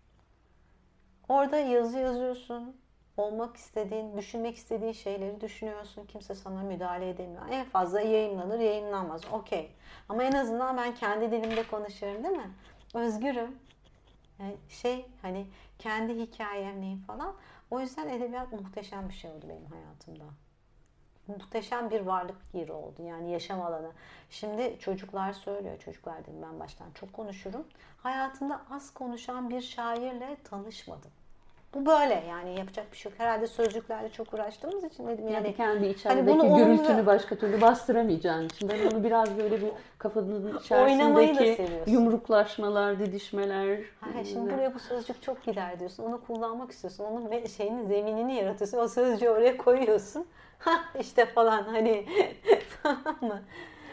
Orada yazı yazıyorsun. Olmak istediğin, düşünmek istediğin şeyleri düşünüyorsun. Kimse sana müdahale edemiyor. En fazla yayınlanır, yayınlanmaz. Okey. Ama en azından ben kendi dilimde konuşuyorum değil mi? Özgürüm. Yani hani kendi hikayem neyim falan. O yüzden edebiyat muhteşem bir şey oldu benim hayatımda. Muhteşem bir varlık yeri oldu. Yani yaşam alanı. Şimdi çocuklar söylüyor. Çocuklar dedim, ben baştan çok konuşurum. Hayatımda az konuşan bir şairle tanışmadım. Bu böyle yani, yapacak bir şey yok. Herhalde sözcüklerle çok uğraştığımız için dedim yani kendi içerideki hani gürültünü başka türlü bastıramayacağın için ben onu biraz böyle bir kafanın içerisindeki yumruklaşmalar, didişmeler. Şimdi buraya bu sözcük çok gider diyorsun. Onu kullanmak istiyorsun. Onun zeminini yaratıyorsun. O sözcüğü oraya koyuyorsun. İşte falan hani tamam mı?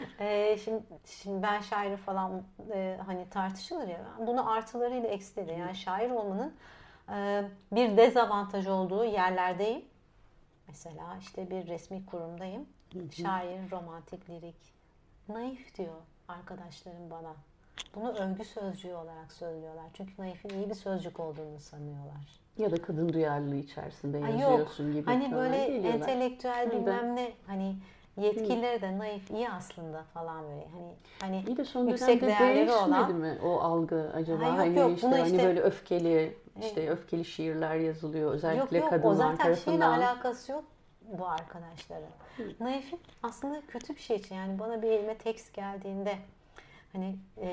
Şimdi ben şairi falan hani tartışılır ya. Bunu artılarıyla eksileri. Yani şair olmanın bir dezavantaj olduğu yerlerdeyim. Mesela işte bir resmi kurumdayım. Şair, romantik, lirik. Naif diyor arkadaşlarım bana. Bunu övgü sözcüğü olarak söylüyorlar. Çünkü naifin iyi bir sözcük olduğunu sanıyorlar. Ya da kadın duyarlılığı içerisinde yazıyorsun gibi. Hani böyle entelektüel bilmem ne hani yetkilileri de naif iyi aslında falan böyle hani bir de son yüksek değerleri olan mi o algı acaba? Yok, hani böyle öfkeli şiirler yazılıyor özellikle kadınlar o zaten tarafından. şiirle alakası yok bu arkadaşların. Naifin aslında kötü bir şey için, yani bana bir elime tekst geldiğinde hani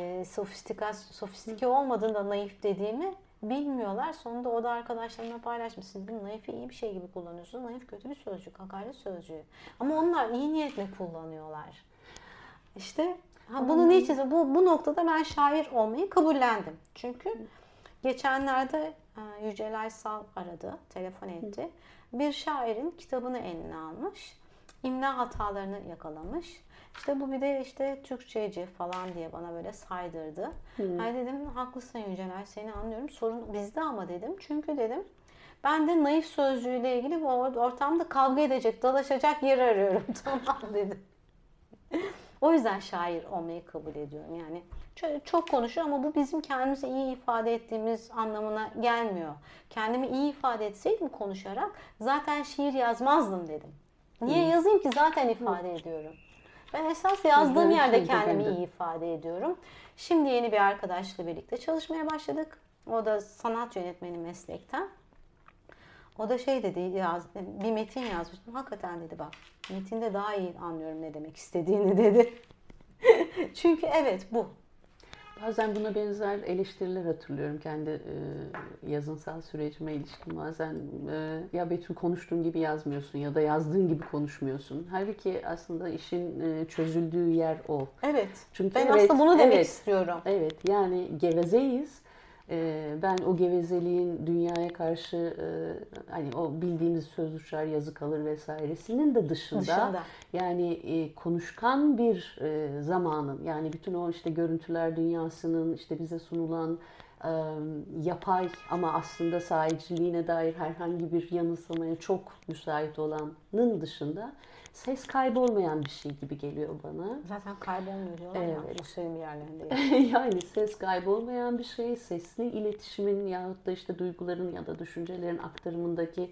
sofistike olmadığında naif dediğimi bilmiyorlar. Sonunda o da arkadaşlarımla paylaşmışsınız. Bu naifi iyi bir şey gibi kullanıyorsunuz. Naif kötü bir sözcük, hakaret sözcüğü. Ama onlar iyi niyetle kullanıyorlar. İşte bunu niçin? Bu noktada ben şair olmayı kabullendim. Çünkü geçenlerde Yücel Aysal aradı, telefon etti. Bir şairin kitabını eline almış. İmla hatalarını yakalamış. İşte bu bir de işte Türkçeci falan diye bana böyle saydırdı. Ay dedim, haklısın Yücelay, seni anlıyorum. Sorun bizde ama dedim. Çünkü dedim ben de naif sözcüğüyle ilgili bu ortamda kavga edecek, dalaşacak yer arıyorum. Tamam dedim. O yüzden şair olmayı kabul ediyorum. Yani çok konuşur ama bu bizim kendimizi iyi ifade ettiğimiz anlamına gelmiyor. Kendimi iyi ifade etseydim konuşarak zaten şiir yazmazdım dedim. Niye yazayım ki, zaten ifade ediyorum. Ben esas yazdığım yerde kendimi iyi ifade ediyorum. Şimdi yeni bir arkadaşla birlikte çalışmaya başladık. O da sanat yönetmeni meslekten. O da dedi, bir metin yazmıştım. Hakikaten dedi, bak metinde daha iyi anlıyorum ne demek istediğini dedi. Çünkü evet bu. Bazen buna benzer eleştiriler hatırlıyorum kendi yazınsal sürecime ilişkin. Bazen ya Betül konuştuğun gibi yazmıyorsun ya da yazdığın gibi konuşmuyorsun. Halbuki aslında işin çözüldüğü yer o. Evet. Çünkü ben aslında bunu demek istiyorum. Evet, yani gevezeyiz. Ben o gevezeliğin dünyaya karşı hani o bildiğimiz sözcükler, yazı kalır vesairesinin de dışında. Yani konuşkan bir zamanın, yani bütün o işte görüntüler dünyasının işte bize sunulan yapay ama aslında sahiciliğine dair herhangi bir yanılsamaya çok müsait olanın dışında ses kaybolmayan bir şey gibi geliyor bana. Zaten kaybolmuyor diyorlar ya bu senin yerlerinde. Yani ses kaybolmayan bir şey, sesli iletişimin yahut da işte duyguların ya da düşüncelerin aktarımındaki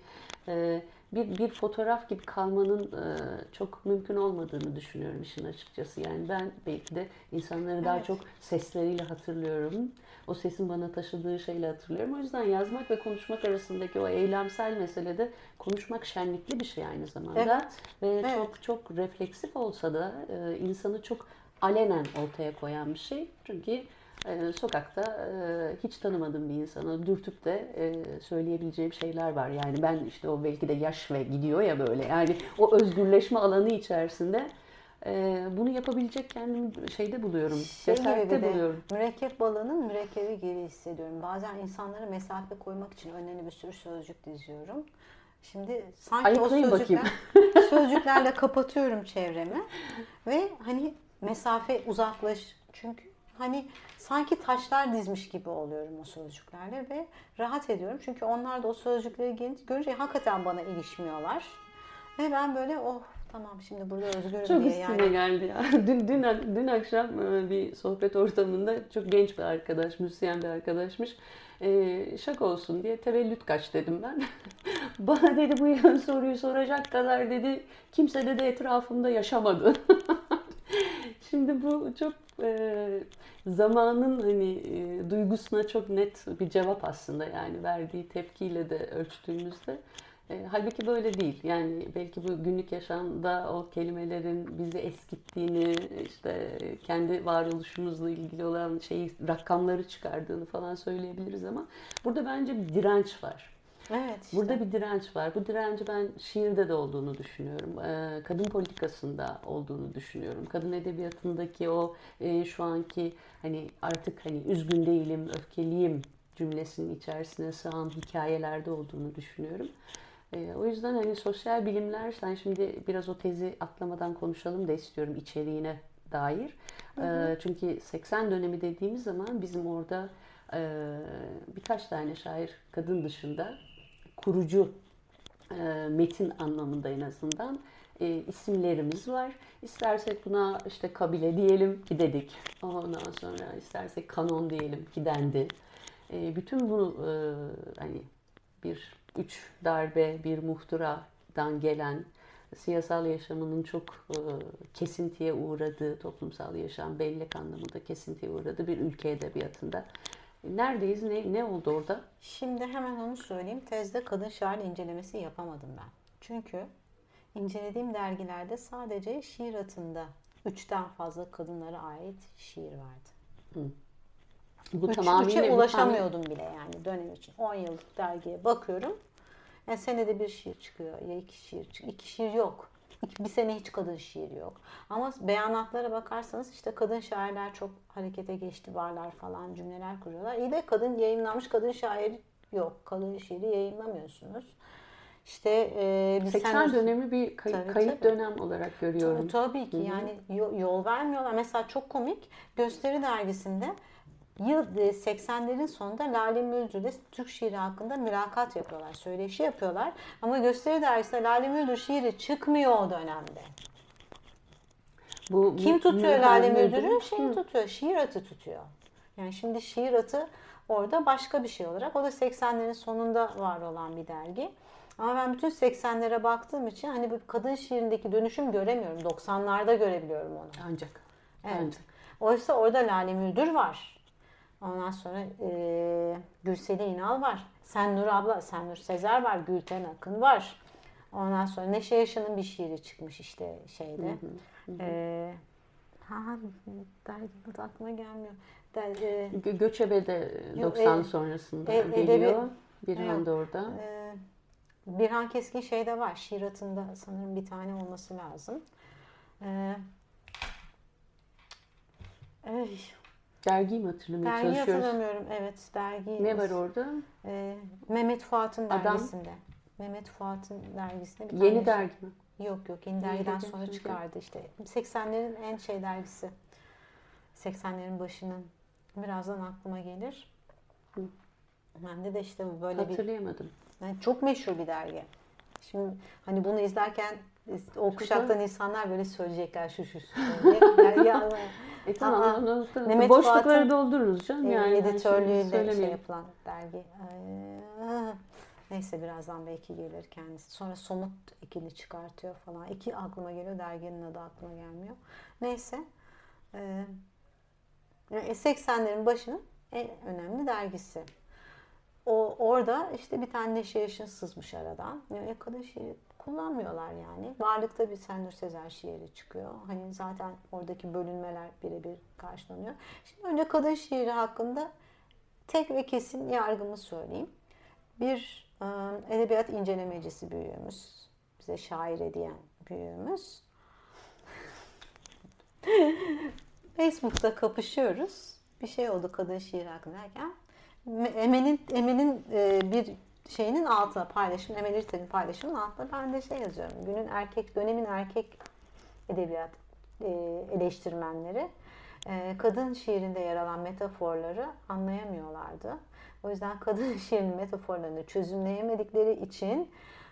bir fotoğraf gibi kalmanın çok mümkün olmadığını düşünüyorum işin açıkçası. Yani ben belki de insanları daha çok sesleriyle hatırlıyorum. O sesin bana taşıdığı şeyle hatırlıyorum. O yüzden yazmak ve konuşmak arasındaki o eylemsel meselede konuşmak şenlikli bir şey aynı zamanda. Ve çok refleksif olsa da insanı çok alenen ortaya koyan bir şey. Çünkü sokakta hiç tanımadığım bir insana dürtüp de söyleyebileceğim şeyler var. Yani ben işte o belki de yaş ve gidiyor ya böyle. Yani o özgürleşme alanı içerisinde bunu yapabilecek kendimi şeyde buluyorum. Cesarette buluyorum. Mürekkep balığının mürekkebi gibi hissediyorum. Bazen insanlara mesafe koymak için önlerine bir sürü sözcük diziyorum. Şimdi sanki o sözcüklerle kapatıyorum çevremi ve hani mesafe uzaklaş. Çünkü hani sanki taşlar dizmiş gibi oluyorum o sözcüklerle ve rahat ediyorum. Çünkü onlar da o sözcükleri görünce hakikaten bana ilişmiyorlar. Ve ben böyle tamam şimdi burada özgürüm çok diye. Çok üstüne geldi ya. Dün akşam bir sohbet ortamında çok genç bir arkadaş, müzisyen bir arkadaşmış. Şaka olsun diye tevellüt kaç dedim ben. Bana dedi bu soruyu soracak kadar dedi kimse de etrafımda yaşamadı. Şimdi bu çok zamanın hani duygusuna çok net bir cevap aslında, yani verdiği tepkiyle de ölçtüğümüzde. Halbuki böyle değil. Yani belki bu günlük yaşamda o kelimelerin bizi eskittiğini, işte kendi varoluşumuzla ilgili olan rakamları çıkardığını falan söyleyebiliriz ama burada bence bir direnç var. Evet. İşte. Burada bir direnç var. Bu direnci ben şiirde de olduğunu düşünüyorum. Kadın politikasında olduğunu düşünüyorum. Kadın edebiyatındaki o şu anki hani artık hani üzgün değilim, öfkeliyim cümlesinin içerisine sığan hikayelerde olduğunu düşünüyorum. O yüzden hani sosyal bilimler, sen şimdi biraz o tezi atlamadan konuşalım da istiyorum içeriğine dair. Çünkü 80 dönemi dediğimiz zaman bizim orada birkaç tane şair kadın dışında kurucu metin anlamında en azından isimlerimiz var. İstersek buna işte kabile diyelim ki dedik. Ondan sonra istersek kanon diyelim ki dendi. Bütün bu hani bir 3 darbe, bir muhtıradan gelen siyasal yaşamının çok kesintiye uğradığı, toplumsal yaşam bellek anlamında kesintiye uğradığı bir ülke edebiyatında. Neredeyiz? Ne oldu orada? Şimdi hemen onu söyleyeyim. Tezde kadın şair incelemesi yapamadım ben. Çünkü incelediğim dergilerde sadece şiir atında 3'ten fazla kadınlara ait şiir vardı. Bu 3'e ulaşamıyordum bile yani dönem için. 10 yıllık dergiye bakıyorum. Yani senede bir şiir çıkıyor ya 2 şiir çıkıyor. 2 şiir yok. Bir sene hiç kadın şiiri yok. Ama beyanatlara bakarsanız işte kadın şairler çok harekete geçti, varlar falan cümleler kuruyorlar. İyi de yayınlanmış kadın şair yok. Kadın şiiri yayınlamıyorsunuz. İşte 80 dönemi bir kayıp dönem olarak görüyorum. Tabii ki. Yani yol vermiyorlar. Mesela çok komik, Gösteri dergisinde 80'lerin sonunda Lale Müldür'le Türk şiiri hakkında mülakat yapıyorlar, söyleşi yapıyorlar. Ama Gösteri dergisinde Lale Müldür şiiri çıkmıyor o dönemde. Kim tutuyor Lale Müldür'ü? Tutuyor, şiir atı tutuyor. Yani şimdi şiir atı orada başka bir şey olarak. O da 80'lerin sonunda var olan bir dergi. Ama ben bütün 80'lere baktığım için hani bu kadın şiirindeki dönüşüm göremiyorum. 90'larda görebiliyorum onu. Ancak. Oysa orada Lale Müldür var. Ondan sonra Gülselin İnal var. Senur Sezer var. Gülten Akın var. Ondan sonra Neşe Yaşar'ın bir şiiri çıkmış işte şeyde. Derginin aklıma gelmiyor. Göçebe de 90 sonrasında geliyor. Birhan da orada. Birhan Keskin şeyde var. Şiirat'ında sanırım bir tane olması lazım. Dergiyi mi hatırlamaya Dergiyi çalışıyoruz? hatırlamıyorum. Evet, dergi. Ne var orada? Mehmet Fuat'ın dergisinde. Mehmet Fuat'ın dergisinde bir tane. Yeni dergi mi? Yok, yeni dergiden sonra çıkardı işte. 80'lerin en dergisi. 80'lerin başının. Birazdan aklıma gelir. Ben de işte bu böyle hatırlayamadım. Yani çok meşhur bir dergi. Şimdi hani bunu izlerken o kuşaktan insanlar böyle söyleyecekler şu dergi ama. Tamam, boşlukları doldururuz canım. Yani editörlüğüyle şey yapılan dergi. Neyse birazdan belki gelir kendisi. Sonra Somut ikili çıkartıyor falan. İki aklıma geliyor. Derginin adı aklıma gelmiyor. Neyse. 80'lerin başının en önemli dergisi. Orada işte bir tane Neşe Yaşın sızmış aradan. Kadın şiiri kullanmıyorlar yani. Varlıkta bir Sendur Sezer şiiri çıkıyor. Hani zaten oradaki bölünmeler birebir karşılanıyor. Şimdi önce kadın şiiri hakkında tek ve kesin yargımı söyleyeyim. Bir edebiyat incelemecisi büyüğümüz, bize şair diyen büyüğümüz. Facebook'ta kapışıyoruz. Bir şey oldu kadın şiiri hakkında derken. Emel'in bir şeyinin altına paylaşım, Emel İrtek'in paylaşımının altına ben de şey yazıyorum. Dönemin erkek edebiyat eleştirmenleri kadın şiirinde yer alan metaforları anlayamıyorlardı. O yüzden kadın şiirinin metaforlarını çözümleyemedikleri için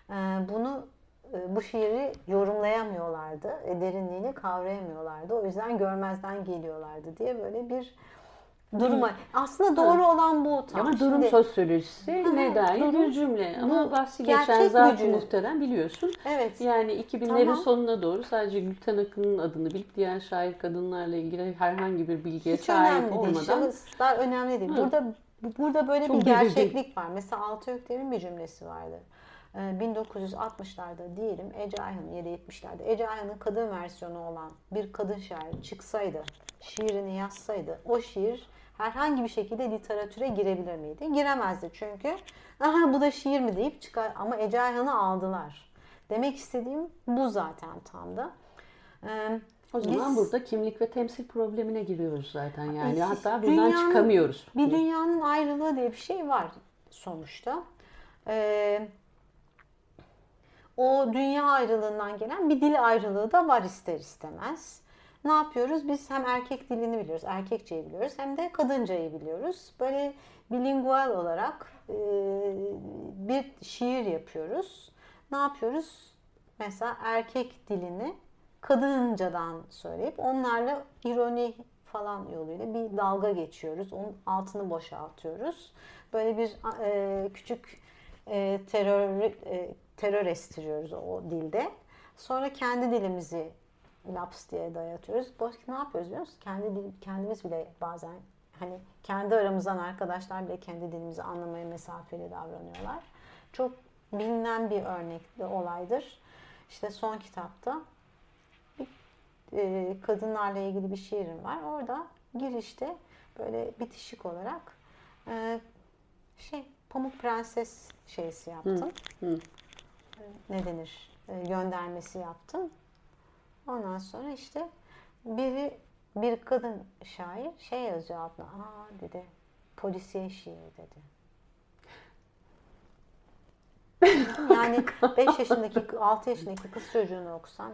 bu şiiri yorumlayamıyorlardı. Derinliğini kavrayamıyorlardı. O yüzden görmezden geliyorlardı diye böyle bir duruma. Aslında doğru olan bu. Ama durum sosyolojisi ne dair bir cümle. Ama bahsi geçen Zat-ı Muhterem biliyorsun. Evet. Yani 2000'lerin sonuna doğru sadece Gülten Akın'ın adını bilip diğer şair kadınlarla ilgili herhangi bir bilgiye sahip olmadan. Şahıslar önemli değil. Burada böyle bir gerçeklik var. Mesela Altı Öktem'in bir cümlesi vardı. 1960'larda diyelim Ece Ayhan'ın ya da 70'lerde Ece Ayhan'ın kadın versiyonu olan bir kadın şair çıksaydı, şiirini yazsaydı o şiir herhangi bir şekilde literatüre girebilir miydi? Giremezdi çünkü aha bu da şiir mi deyip çıkar ama Ece Ayhan'ı aldılar. Demek istediğim bu zaten tam da. O zaman burada kimlik ve temsil problemine giriyoruz zaten yani. Hatta buradan çıkamıyoruz. Bir dünyanın ayrılığı diye bir şey var sonuçta. O dünya ayrılığından gelen bir dil ayrılığı da var ister istemez. Ne yapıyoruz? Biz hem erkek dilini biliyoruz, erkekçeyi biliyoruz hem de kadıncayı biliyoruz. Böyle bilingual olarak bir şiir yapıyoruz. Ne yapıyoruz? Mesela erkek dilini kadıncadan söyleyip onlarla ironi falan yoluyla bir dalga geçiyoruz. Onun altını boşaltıyoruz. Böyle bir küçük terör estiriyoruz o dilde. Sonra kendi dilimizi laps diye dayatıyoruz. Ne yapıyoruz biliyor musun? Kendimiz bile bazen hani kendi aramızdan arkadaşlar bile kendi dilimizi anlamaya mesafeli davranıyorlar. Çok bilinen bir örnekli olaydır. İşte son kitapta kadınlarla ilgili bir şiirim var. Orada girişte böyle bitişik olarak Pamuk Prenses şeysi yaptım. Ne denir? Göndermesi yaptım. Ondan sonra işte bir kadın şair yazıyor altına. Dedi. Polisiye şiiri dedi. Yani 5 yaşındaki 6 yaşındaki kız çocuğunu okusan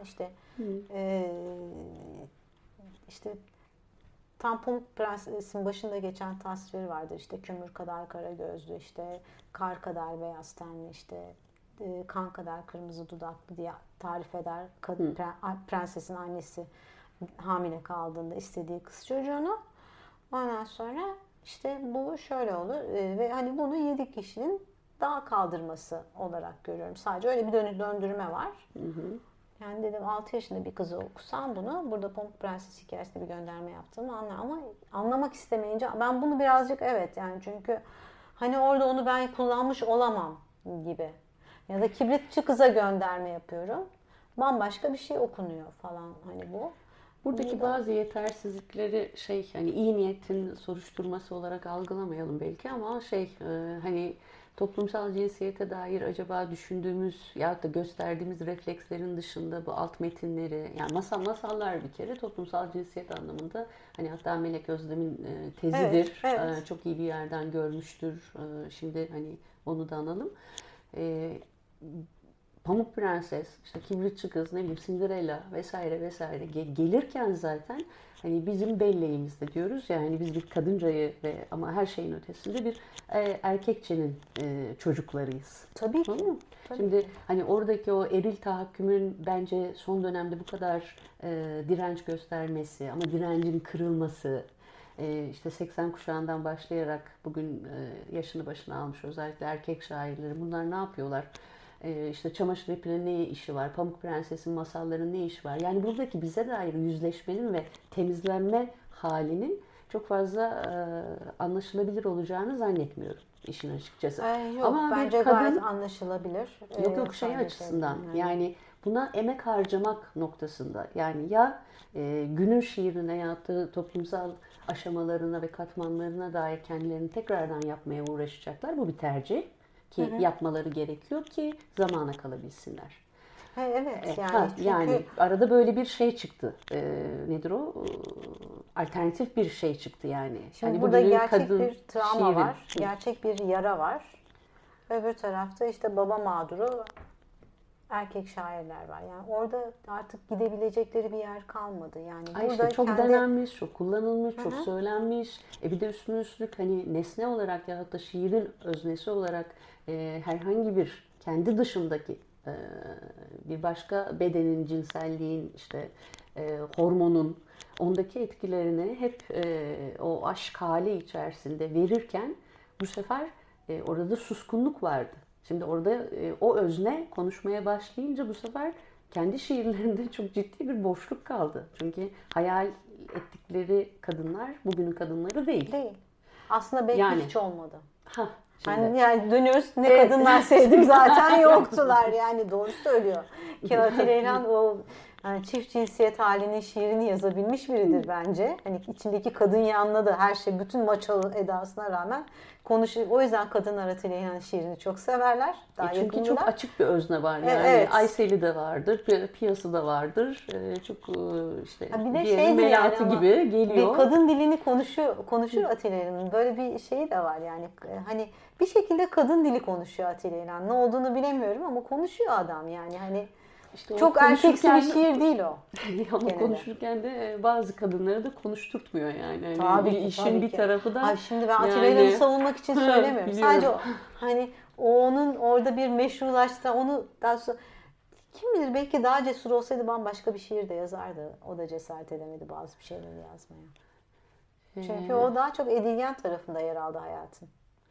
işte tam Pamuk Prenses'in başında geçen tasvir vardır. İşte kömür kadar kara gözlü, işte kar kadar beyaz tenli, işte kan kadar kırmızı dudaklı diye tarif eder prensesin annesi hamile kaldığında istediği kız çocuğunu. Ondan sonra işte bu şöyle olur ve hani bunu 7 kişinin daha kaldırması olarak görüyorum. Sadece öyle bir döndürme var. Yani dedim 6 yaşında bir kızı okusam bunu, burada Pamuk Prenses hikayesinde bir gönderme yaptığımı anlar ama anlamak istemeyince ben bunu birazcık yani çünkü hani orada onu ben kullanmış olamam gibi. Ya da kibritçi kıza gönderme yapıyorum. Bambaşka bir şey okunuyor falan hani bu. Buradaki bazı yetersizlikleri hani iyi niyetin soruşturması olarak algılamayalım belki ama hani toplumsal cinsiyete dair acaba düşündüğümüz ya da gösterdiğimiz reflekslerin dışında bu alt metinleri, yani masallar bir kere toplumsal cinsiyet anlamında, hani hatta Melek Özlem'in tezidir. Evet. Çok iyi bir yerden görmüştür. Şimdi hani onu da analım. Pamuk Prenses, işte Kibritçi Kız, ne bileyim Cinderella vesaire vesaire gelirken zaten hani bizim belleğimizde diyoruz ya, hani biz bir kadıncayı ama her şeyin ötesinde bir erkekçenin çocuklarıyız. Tabii ki. Tamam mı? Tabii. Şimdi hani oradaki o eril tahakkümün bence son dönemde bu kadar direnç göstermesi ama direncin kırılması, işte 80 kuşağından başlayarak bugün yaşını başına almış özellikle erkek şairleri, bunlar ne yapıyorlar? İşte çamaşır ipinin ne işi var, Pamuk Prenses'in masallarının ne işi var? Yani buradaki bize dair yüzleşmenin ve temizlenme halinin çok fazla anlaşılabilir olacağını zannetmiyorum işin açıkçası. Yok, ama bence bir kadın, gayet anlaşılabilir. yok şey açısından yani buna emek harcamak noktasında, yani ya günün şiirine yaptığı toplumsal aşamalarına ve katmanlarına dair kendilerini tekrardan yapmaya uğraşacaklar. Bu bir tercih ki yapmaları gerekiyor ki zamana kalabilsinler. Evet yani çünkü... yani arada böyle bir şey çıktı. Nedir o? Alternatif bir şey çıktı yani. Şimdi hani burada gerçek kadın bir travma şiirin var, gerçek bir yara var. Öbür tarafta işte baba mağduru erkek şairler var. Yani orada artık gidebilecekleri bir yer kalmadı. Yani burada işte çok denenmiş, çok kullanılmış, çok söylenmiş. Bir de üstüne üstlük hani nesne olarak ya da şiirin öznesi olarak herhangi bir kendi dışındaki bir başka bedenin, cinselliğin, işte hormonun, ondaki etkilerini hep o aşk hali içerisinde verirken bu sefer orada suskunluk vardı. Şimdi orada o özne konuşmaya başlayınca bu sefer kendi şiirlerinde çok ciddi bir boşluk kaldı. Çünkü hayal ettikleri kadınlar bugünün kadınları değil. Değil. Aslında belki hiç olmadı. Yani dönüyoruz, ne kadınlar sevdim zaten yoktular, yani doğru söylüyor. Ki Atilla İlhan o yani çift cinsiyet halinin şiirini yazabilmiş biridir bence. Hani içindeki kadın yanına her şey, bütün maçalı edasına rağmen konuşuyor. O yüzden kadınlar Atilla İlhan'ın şiirini çok severler. Çünkü çok açık bir özne var yani. Evet. Aysel'i de vardır, Piyası da vardır. Çok işte bir de Melati yani gibi geliyor. Bir kadın dilini konuşuyor Atilla İlhan'ın. Böyle bir şeyi de var yani. Hani bir şekilde kadın dili konuşuyor Atilla İlhan. Ne olduğunu bilemiyorum ama konuşuyor adam yani. Hani işte çok erkeksi bir şiir değil o. Ama genelde konuşurken de bazı kadınları da konuşturtmuyor yani. Hani tabii ki, işin bir tarafı da. Şimdi ben Atilla İlhan'ı savunmak için söylemiyorum. Sadece hani onun orada bir meşrulaştığı, onu daha sonra kim bilir belki daha cesur olsaydı bambaşka bir şiir de yazardı. O da cesaret edemedi bazı bir şeyleri yazmaya. Çünkü o daha çok edilgen tarafında yer aldı hayatın.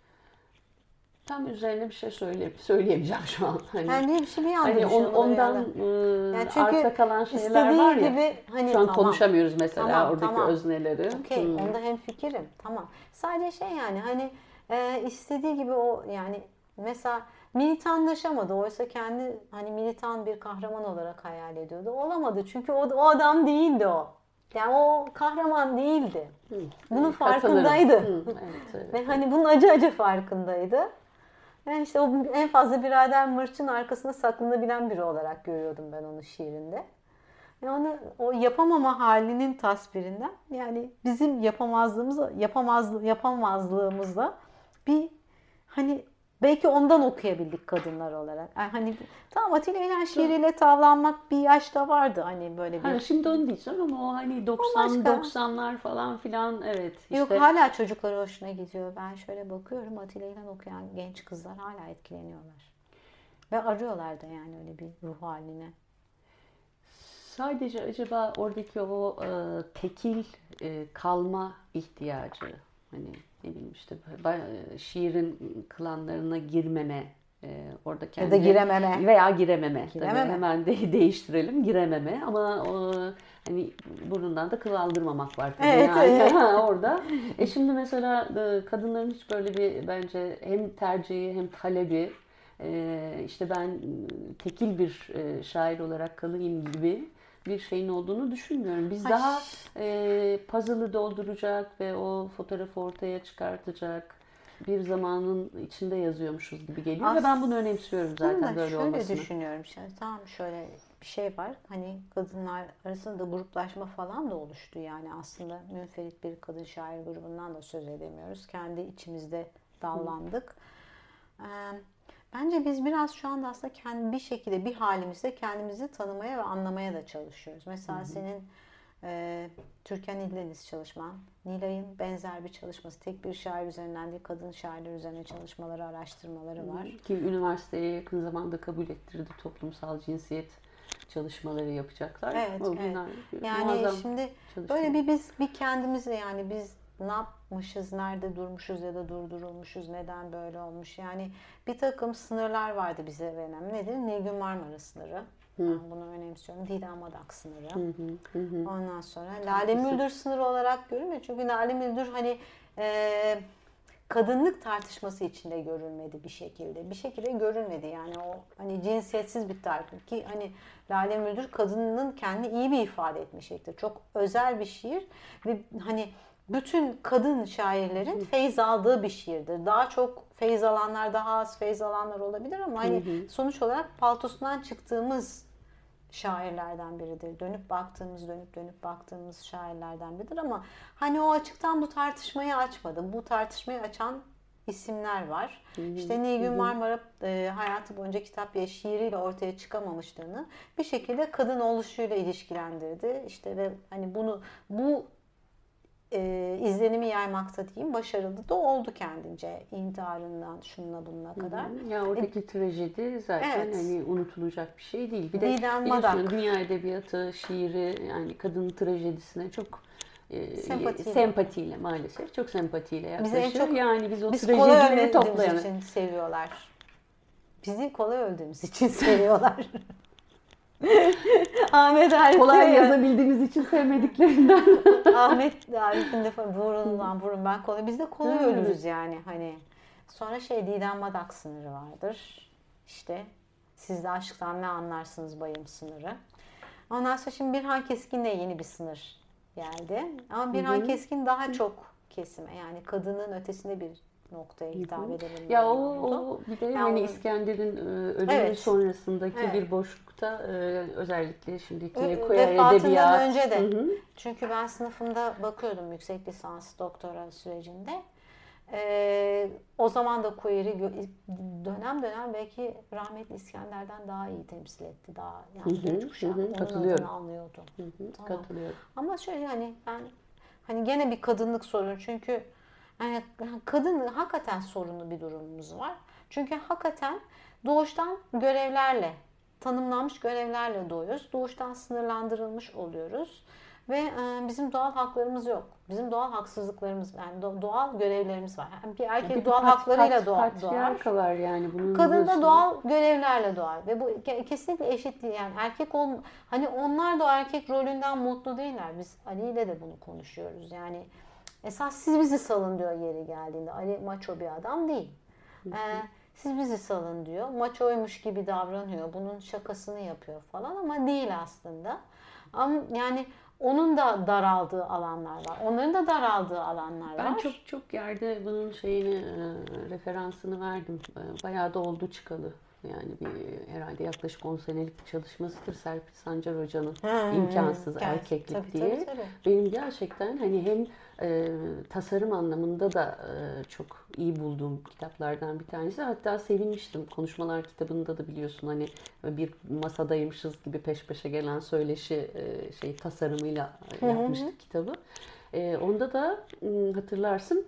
Tam üzerine bir şey söyleyemeyeceğim şu an. Yani bir anda ondan yani arta kalan şeyler var ya. Gibi, hani şu an konuşamıyoruz mesela oradaki özneleri. Okey, onda hemfikirim. Tamam. Sadece yani hani istediği gibi o, yani mesela militanlaşamadı. Oysa kendi hani militan bir kahraman olarak hayal ediyordu. Olamadı. Çünkü o adam değildi o. Yani o kahraman değildi. Bunun farkındaydı. Evet. Ve hani bunun acı farkındaydı. Yani işte o en fazla birader Mırç'ın arkasında saklanabilen biri olarak görüyordum ben onu şiirinde. Ve onu o yapamama halinin tasvirinden, yani bizim yapamazlığımızla bir hani belki ondan okuyabildik kadınlar olarak. Yani hani tamam, Atilla İlhan şiiriyle tavlanmak bir yaşta vardı hani böyle bir. Şimdi onu diyeceğim ama o hani 90'lar falan filan, evet. İşte. Yok, hala çocuklara hoşuna gidiyor. Ben şöyle bakıyorum, Atilla İlhan okuyan genç kızlar hala etkileniyorlar. Ve arıyorlar da yani öyle bir ruh haline. Sadece acaba oradaki o tekil kalma ihtiyacı, hani ne bileyim işte şiirin klanlarına girmeme, orada kendine, ya da girememe veya girememe. Tabii hemen değiştirelim, girememe ama hani burnundan da kıl aldırmamak var tabii. Evet, yani. Orada. Şimdi mesela kadınların hiç böyle bir bence hem tercihi hem talebi, işte ben tekil bir şair olarak kalayım gibi bir şeyin olduğunu düşünmüyorum. Biz daha puzzle'ı dolduracak ve o fotoğrafı ortaya çıkartacak bir zamanın içinde yazıyormuşuz gibi geliyor ve ben bunu önemsiyorum zaten böyle olmasını. Şöyle düşünüyorum. Şimdi tamam, şöyle bir şey var. Hani kadınlar arasında gruplaşma falan da oluştu. Yani aslında münferit bir kadın şair grubundan da söz edemiyoruz. Kendi içimizde dallandık. Bence biz biraz şu anda aslında bir şekilde bir halimizde kendimizi tanımaya ve anlamaya da çalışıyoruz. Mesela senin Türkan İldeniz çalışman, Nilay'ın benzer bir çalışması, tek bir şair üzerinden değil, kadın şairler üzerine çalışmaları, araştırmaları var. Ki üniversiteye yakın zamanda kabul ettirdi, toplumsal cinsiyet çalışmaları yapacaklar. Evet, evet. Yani şimdi böyle biz kendimizi, yani biz ne yapmışız, nerede durmuşuz ya da durdurulmuşuz, neden böyle olmuş? Yani bir takım sınırlar vardı bize verilen. Nedir? Nilgün Marmara sınırı. Ben bunu önemsiyorum. Didem Adak sınırı. Ondan sonra Lale Müldür sınırı olarak görülmüyor. Çünkü Lale Müldür hani kadınlık tartışması içinde görülmedi bir şekilde. Bir şekilde görülmedi. Yani o hani cinsiyetsiz bir tartışma ki hani Lale Müldür kadının kendini iyi bir ifade etmiştir. Çok özel bir şiir ve hani bütün kadın şairlerin feyz aldığı bir şiirdir. Daha çok feyz alanlar, daha az feyz alanlar olabilir ama hani sonuç olarak paltosundan çıktığımız şairlerden biridir. Dönüp baktığımız şairlerden biridir ama hani o açıktan bu tartışmayı açmadı. Bu tartışmayı açan isimler var. İşte Nilgün Marmara hayatı boyunca kitap ya şiiriyle ortaya çıkamamışlığını bir şekilde kadın oluşuyla ilişkilendirdi. İşte ve hani bu izlenimi yaymakta diyeyim, başarılı da oldu kendince, intiharından şununla bununla kadar. Ya oradaki trajedi zaten evet, hani unutulacak bir şey değil. Bir de biliyorsun dünya edebiyatı, şiiri yani kadın trajedisine çok sempatiyle maalesef çok sempatiyle yaklaşıyor. Bize en çok, yani biz o trajedileri toplayanı için seviyorlar. Bizi kolay öldüğümüz için seviyorlar. Ahmet Arif kolay yazabildiğimiz için sevmediklerinden. Ahmet Arif'in de vurun ben kolay. Biz de kolay ölürüz yani hani. Sonra Didem Madak sınırı vardır. İşte siz de aşktan ne anlarsınız bayım sınırı. Ondan sonra şimdi Birhan Keskin'le yeni bir sınır geldi. Ama Birhan Keskin daha çok kesime, yani kadının ötesinde bir noktaya hitap edelim. Ya o bir de yani İskender'in ölümü sonrasındaki bir boşlukta özellikle şimdiki queer edebiyat. Önce de. Çünkü ben sınıfımda bakıyordum yüksek lisans doktora sürecinde. O zaman da queer'i dönem belki rahmetli İskender'den daha iyi temsil etti. Daha yani genç kuşak onun adını anlıyordu. Tamam. Katılıyorum. Ama şöyle hani ben hani gene bir kadınlık sorunu, çünkü yani kadın hakikaten sorunlu bir durumumuz var. Çünkü hakikaten doğuştan görevlerle, tanımlanmış görevlerle doğuyoruz. Doğuştan sınırlandırılmış oluyoruz. Ve bizim doğal haklarımız yok. Bizim doğal haksızlıklarımız, yani doğal görevlerimiz var. Yani bir erkek doğal haklarıyla doğar. Var yani bunun. Kadın da doğal görevlerle doğar. Ve bu kesinlikle eşit değil. Yani hani onlar da o erkek rolünden mutlu değiller. Biz Ali ile de bunu konuşuyoruz. Yani esas siz bizi salın diyor yeri geldiğinde. Ali maço bir adam değil. Siz bizi salın diyor. Maçoymuş gibi davranıyor. Bunun şakasını yapıyor falan ama değil aslında. Ama yani onun da daraldığı alanlar var. Onların da daraldığı alanlar var. Ben çok yerde bunun referansını verdim. Bayağı da oldu çıkalı. Yani herhalde yaklaşık 10 senelik bir çalışmasıdır Serpil Sancar Hoca'nın imkansız erkeklik diye. Tabii. Benim gerçekten hani hem tasarım anlamında da çok iyi bulduğum kitaplardan bir tanesi. Hatta sevinmiştim. Konuşmalar kitabında da biliyorsun hani bir masadaymışız gibi peş peşe gelen söyleşi tasarımıyla yapmıştık kitabı. Onda da hatırlarsın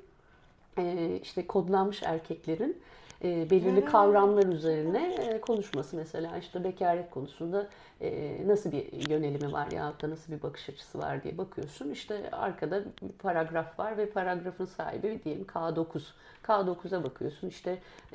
işte kodlanmış erkeklerin belirli kavramlar üzerine konuşması, mesela işte bekaret konusunda nasıl bir yönelimi var ya da nasıl bir bakış açısı var diye bakıyorsun. İşte arkada bir paragraf var ve paragrafın sahibi diyelim K9. K9'a bakıyorsun işte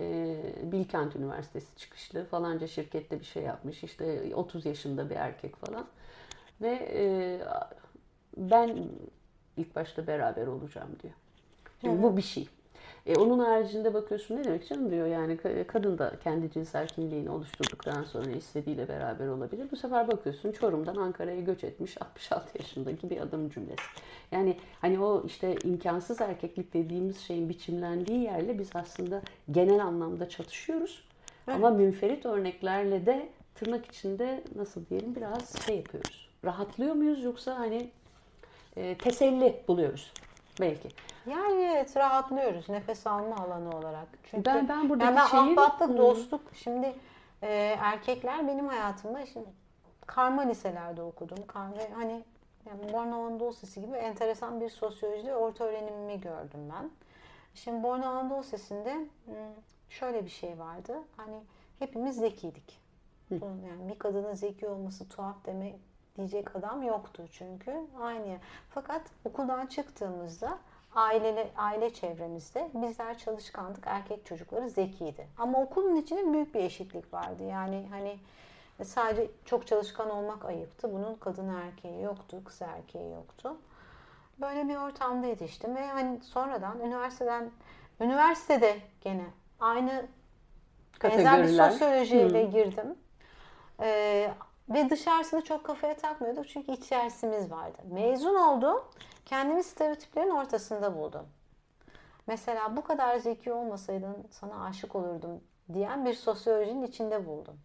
Bilkent Üniversitesi çıkışlı falanca şirkette bir şey yapmış. İşte 30 yaşında bir erkek falan ve ben ilk başta beraber olacağım diyor. Şimdi bu bir şey. Onun haricinde bakıyorsun ne demek canım diyor yani kadın da kendi cinsel kimliğini oluşturduktan sonra istediğiyle beraber olabilir. Bu sefer bakıyorsun Çorum'dan Ankara'ya göç etmiş 66 yaşındaki bir adam cümlesi. Yani hani o işte imkansız erkeklik dediğimiz şeyin biçimlendiği yerle biz aslında genel anlamda çatışıyoruz. Evet. Ama münferit örneklerle de tırnak içinde nasıl diyelim biraz şey yapıyoruz. Rahatlıyor muyuz yoksa hani teselli buluyoruz belki. Yani evet rahatlıyoruz nefes alma alanı olarak. Çünkü ben buradaki ben şeyi... ahbaplık, dostluk şimdi erkekler benim hayatımda şimdi karma liselerde okudum. Hani yani Bornova Anadolu Lisesi gibi enteresan bir sosyoloji orta öğrenimimi gördüm ben. Şimdi Bornova Anadolu Lisesi'nde şöyle bir şey vardı. Hani hepimiz zekiydik. Yani bir kadının zeki olması tuhaf demek diyecek adam yoktu çünkü aynı. Fakat okuldan çıktığımızda aile çevremizde bizler çalışkandık, erkek çocukları zekiydi. Ama okulun içinde büyük bir eşitlik vardı. Yani hani sadece çok çalışkan olmak ayıptı. Bunun kadın erkeği yoktu, kız erkeği yoktu. Böyle bir ortamda yetiştim ve hani sonradan üniversitede gene aynı benzer bir sosyolojiyle girdim. Ve dışarısını çok kafaya takmıyorduk çünkü içerisimiz vardı. Mezun oldum, kendimi stereotiplerin ortasında buldum. Mesela bu kadar zeki olmasaydın sana aşık olurdum diyen bir sosyolojinin içinde buldum.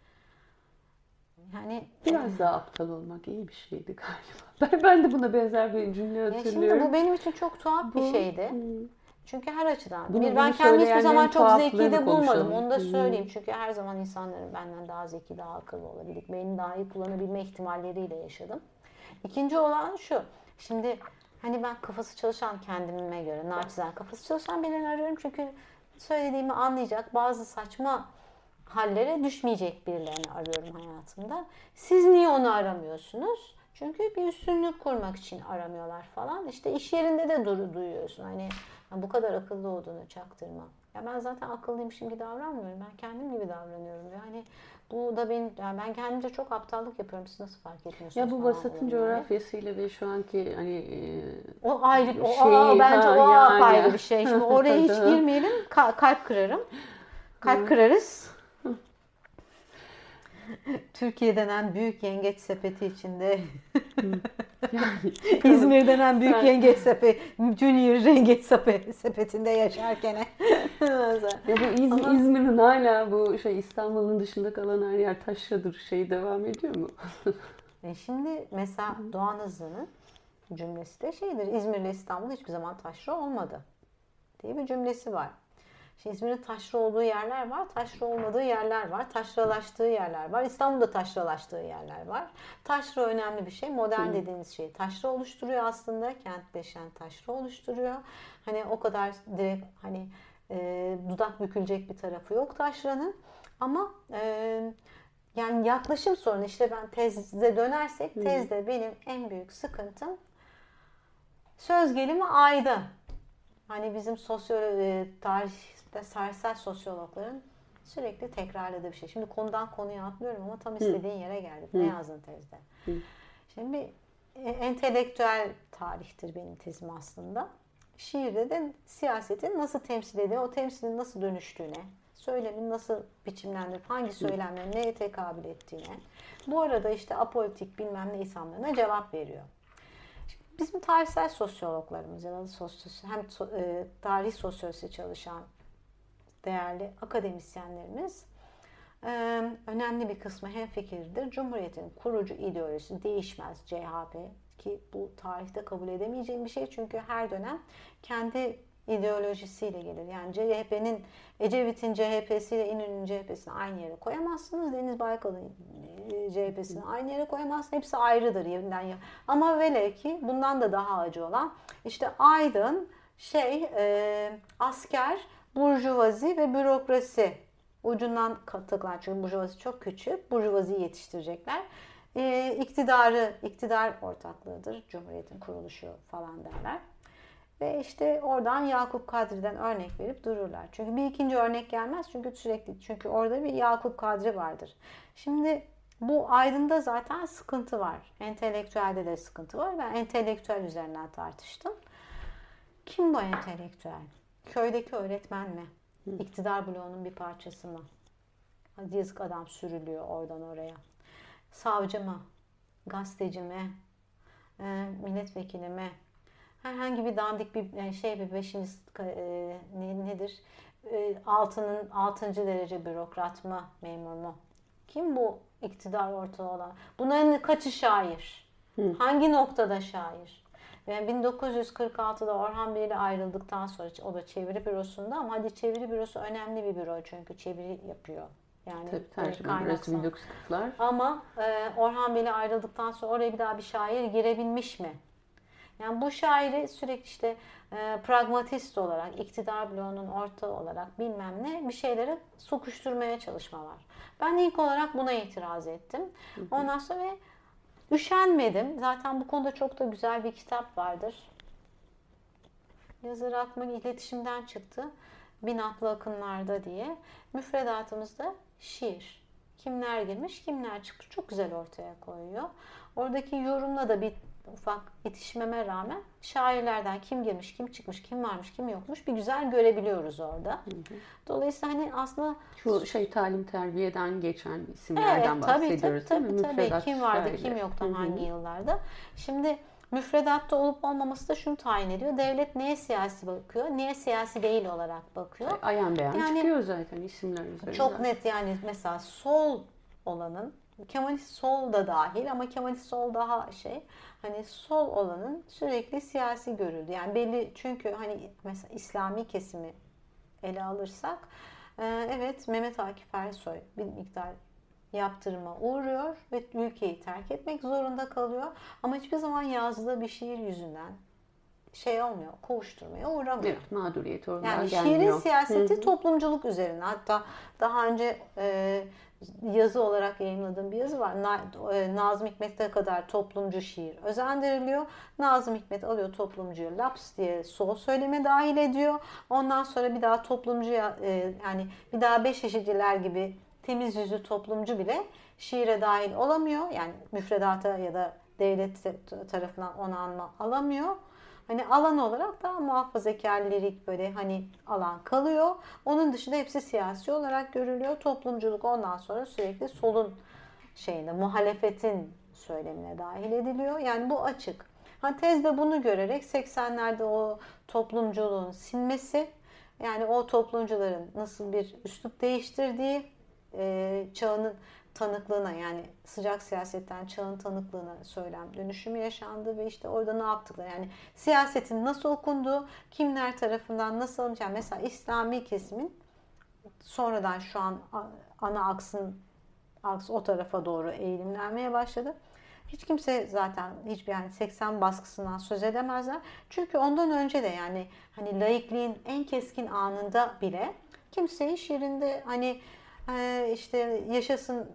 Yani biraz daha aptal olmak iyi bir şeydi galiba. Ben de buna benzer bir cümle hatırlıyorum. Şimdi bu benim için çok tuhaf bir şeydi. Çünkü her açıdan. Ben kendimi hiçbir zaman çok zeki de bulmadım. Onu da söyleyeyim. Çünkü her zaman insanların benden daha zeki, daha akıllı olabildik. Beyni daha iyi kullanabilme ihtimalleriyle yaşadım. İkinci olan şu. Şimdi hani ben kafası çalışan kendime göre, naçizane kafası çalışan birini arıyorum. Çünkü söylediğimi anlayacak, bazı saçma hallere düşmeyecek birilerini arıyorum hayatımda. Siz niye onu aramıyorsunuz? Çünkü bir üstünlük kurmak için aramıyorlar falan. İşte iş yerinde de duyuyorsun. Hani bu kadar akıllı olduğunu çaktırma. Ya ben zaten akıllıymışım gibi davranmıyorum. Ben kendim gibi davranıyorum. Yani bu da yani ben kendimce çok aptallık yapıyorum. Siz nasıl fark etmiyorsunuz? Ya bu vasatın coğrafyasıyla ve şu anki hani o ayrı bence o ayrı bir şey. Şimdi oraya hiç girmeyelim. Kalp kırarım. Kalp kırarız. Türkiye denen büyük yengeç sepeti içinde İzmir denen büyük yengeç sepeti, Junior yengeç sepetinde yaşarken ya bu İzmir'in hala bu İstanbul'un dışında kalan her yer taşradır devam ediyor mu? Şimdi mesela Doğan Hızlı'nın cümlesi de şeydir. İzmir ile İstanbul hiçbir zaman taşra olmadı diye bir cümlesi var. Şimdi İzmir'in taşra olduğu yerler var, taşra olmadığı yerler var, taşralaştığı yerler var, İstanbul'da taşralaştığı yerler var. Taşra önemli bir şey, modern dediğimiz şey taşra oluşturuyor aslında, kentleşen taşra oluşturuyor. Hani o kadar direkt hani dudak bükülecek bir tarafı yok taşranın ama yani yaklaşım sorunu. İşte ben teze dönersek tezde benim en büyük sıkıntım söz gelimi aydı. Hani bizim tarihte tarihsel sosyologların sürekli tekrarladığı bir şey. Şimdi konudan konuya atlıyorum ama tam istediğin yere geldik. Ne yazdın tezde? Şimdi entelektüel tarihtir benim tezim aslında. Şiirde de siyasetin nasıl temsil ediyor, o temsilin nasıl dönüştüğüne, söylemin nasıl biçimlendirip, hangi söylemlerin neye tekabül ettiğine, bu arada işte apolitik bilmem ne insanlarına cevap veriyor. Bizim tarihsel sosyologlarımız ya da hem tarih sosyolojisi çalışan değerli akademisyenlerimiz önemli bir kısmı hemfikirdir. Cumhuriyetin kurucu ideolojisi değişmez CHP ki bu tarihte kabul edemeyeceğim bir şey çünkü her dönem kendi ideolojisiyle gelir. Yani CHP'nin Ecevit'in CHP'siyle İnönü'nün CHP'sini aynı yere koyamazsınız. Deniz Baykal'ın CHP'sini aynı yere koyamazsınız. Hepsi ayrıdır yerinden ya. Ama velev ki bundan da daha acı olan işte aydın, asker, burjuvazi ve bürokrasi ucundan takılan çünkü burjuvazi çok küçük. Burjuvaziyi yetiştirecekler. İktidar ortaklığıdır. Cumhuriyetin kuruluşu falan derler. Ve işte oradan Yakup Kadri'den örnek verip dururlar. Çünkü bir ikinci örnek gelmez çünkü orada bir Yakup Kadri vardır. Şimdi bu aydında zaten sıkıntı var. Entelektüelde de sıkıntı var. Ben entelektüel üzerinden tartıştım. Kim bu entelektüel? Köydeki öğretmen mi? İktidar bloğunun bir parçası mı? Yazık adam sürülüyor oradan oraya. Savcı mı? Gazeteci mi? Milletvekili mi? Herhangi bir dandik bir bir beşinci nedir? Altıncı derece bürokrat mı? Memur mu? Kim bu iktidar ortağı olan? Bunların kaçı şair? Hangi noktada şair? Yani 1946'da Orhan Bey ile ayrıldıktan sonra o da çeviri bürosunda ama hadi çeviri bürosu önemli bir büro çünkü çeviri yapıyor. Yani tercüme resim lüks kıtlar. Ama Orhan Bey ile ayrıldıktan sonra oraya bir daha bir şair girebilmiş mi? Yani bu şairi sürekli işte pragmatist olarak, iktidar bloğunun ortağı olarak bilmem ne bir şeyleri sokuşturmaya çalışma var. Ben ilk olarak buna itiraz ettim. Ondan sonra üşenmedim. Zaten bu konuda çok da güzel bir kitap vardır. Yazarı aklıma iletişimden çıktı. Binatlı Akınlarda diye. Müfredatımızda şiir. Kimler girmiş, kimler çıkmış çok güzel ortaya koyuyor. Oradaki yorumla da bir ufak itişmeme rağmen şairlerden kim girmiş, kim çıkmış, kim varmış, kim yokmuş bir güzel görebiliyoruz orada. Dolayısıyla hani aslında şu talim terbiyeden geçen isimlerden bahsediyoruz. Tabii. Kim vardı, kim yoktu hangi yıllarda. Şimdi müfredatta olup olmaması da şunu tayin ediyor. Devlet neye siyasi bakıyor, neye siyasi değil olarak bakıyor. Ayan beyan çıkıyor zaten isimler üzerinden. Çok net yani mesela sol olanın, Kemalist sol da dahil ama Kemalist sol daha hani sol olanın sürekli siyasi görüldü. Yani belli çünkü hani mesela İslami kesimi ele alırsak evet Mehmet Akif Ersoy bir miktar yaptırıma uğruyor ve ülkeyi terk etmek zorunda kalıyor. Ama hiçbir zaman yazdığı bir şiir yüzünden olmuyor, kovuşturmaya uğramıyor. Evet, mağduriyet oradan yani gelmiyor. Şiirin siyaseti toplumculuk üzerine. Hatta daha önce yazı olarak yayınladığım bir yazı var. Nazım Hikmet'e kadar toplumcu şiir özendiriliyor. Nazım Hikmet alıyor toplumcuyu laps diye sol söyleme dahil ediyor. Ondan sonra bir daha toplumcuya yani bir daha Beşeşiciler gibi temiz yüzlü toplumcu bile şiire dahil olamıyor. Yani müfredata ya da devlet tarafından onanma alamıyor. Hani alan olarak daha muhafazakar lirik böyle hani alan kalıyor. Onun dışında hepsi siyasi olarak görülüyor. Toplumculuk ondan sonra sürekli solun muhalefetin söylemine dahil ediliyor. Yani bu açık. Tezde bunu görerek 80'lerde o toplumculuğun sinmesi, yani o toplumcuların nasıl bir üslup değiştirdiği, çağının tanıklığına yani sıcak siyasetten çağın tanıklığına söylem dönüşümü yaşandı ve işte orada ne yaptıkları yani siyasetin nasıl okunduğu, kimler tarafından nasıl alınacak. Yani mesela İslami kesimin sonradan şu an ana aks o tarafa doğru eğilimlenmeye başladı. Hiç kimse zaten hiçbir 80 baskısından söz edemezler. Çünkü ondan önce de yani hani laikliğin en keskin anında bile kimseyi şiirinde hani işte yaşasın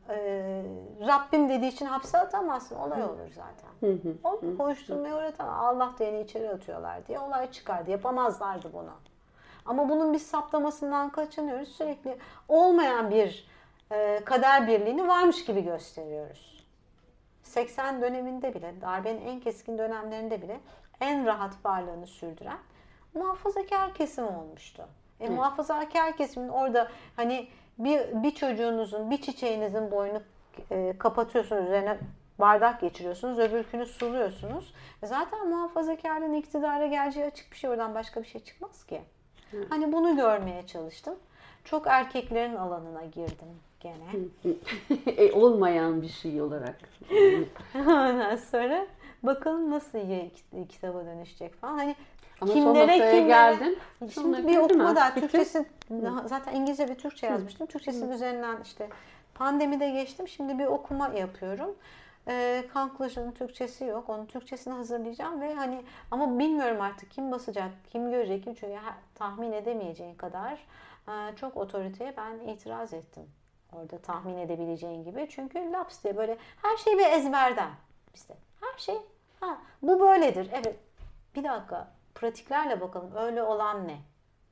Rabbim dediği için hapse atamazsın. Olay olur zaten. Onu koşturmaya uğratan Allah diyeni içeri atıyorlar diye olay çıkardı. Yapamazlardı bunu. Ama bunun biz saptamasından kaçınıyoruz. Sürekli olmayan bir kader birliğini varmış gibi gösteriyoruz. 80 döneminde bile, darbenin en keskin dönemlerinde bile en rahat varlığını sürdüren muhafazakar kesim olmuştu. Muhafazakar kesimin orada hani bir çocuğunuzun, bir çiçeğinizin boynunu kapatıyorsunuz, üzerine bardak geçiriyorsunuz, öbürkünü suluyorsunuz. Zaten muhafazakarlığın iktidara geleceği açık bir şey, oradan başka bir şey çıkmaz ki. Hani bunu görmeye çalıştım. Çok erkeklerin alanına girdim gene. Olmayan bir şey olarak. Ondan sonra bakalım nasıl kitaba dönüşecek falan. Hani ama kimlere geldin. Şimdi bir okuma da Türkçesi zaten İngilizce ve Türkçe yazmıştım. Türkçesinin üzerinden işte pandemide geçtim. Şimdi bir okuma yapıyorum. Conclusion'un Türkçesi yok. Onun Türkçesini hazırlayacağım ve hani ama bilmiyorum artık kim basacak, kim görecek, kim çünkü tahmin edemeyeceğin kadar çok otoriteye ben itiraz ettim. Orada tahmin edebileceğin gibi. Çünkü laps diye böyle her şey bir ezberden bizde. Her şey bu böyledir. Evet. Bir dakika. Pratiklerle bakalım. Öyle olan ne?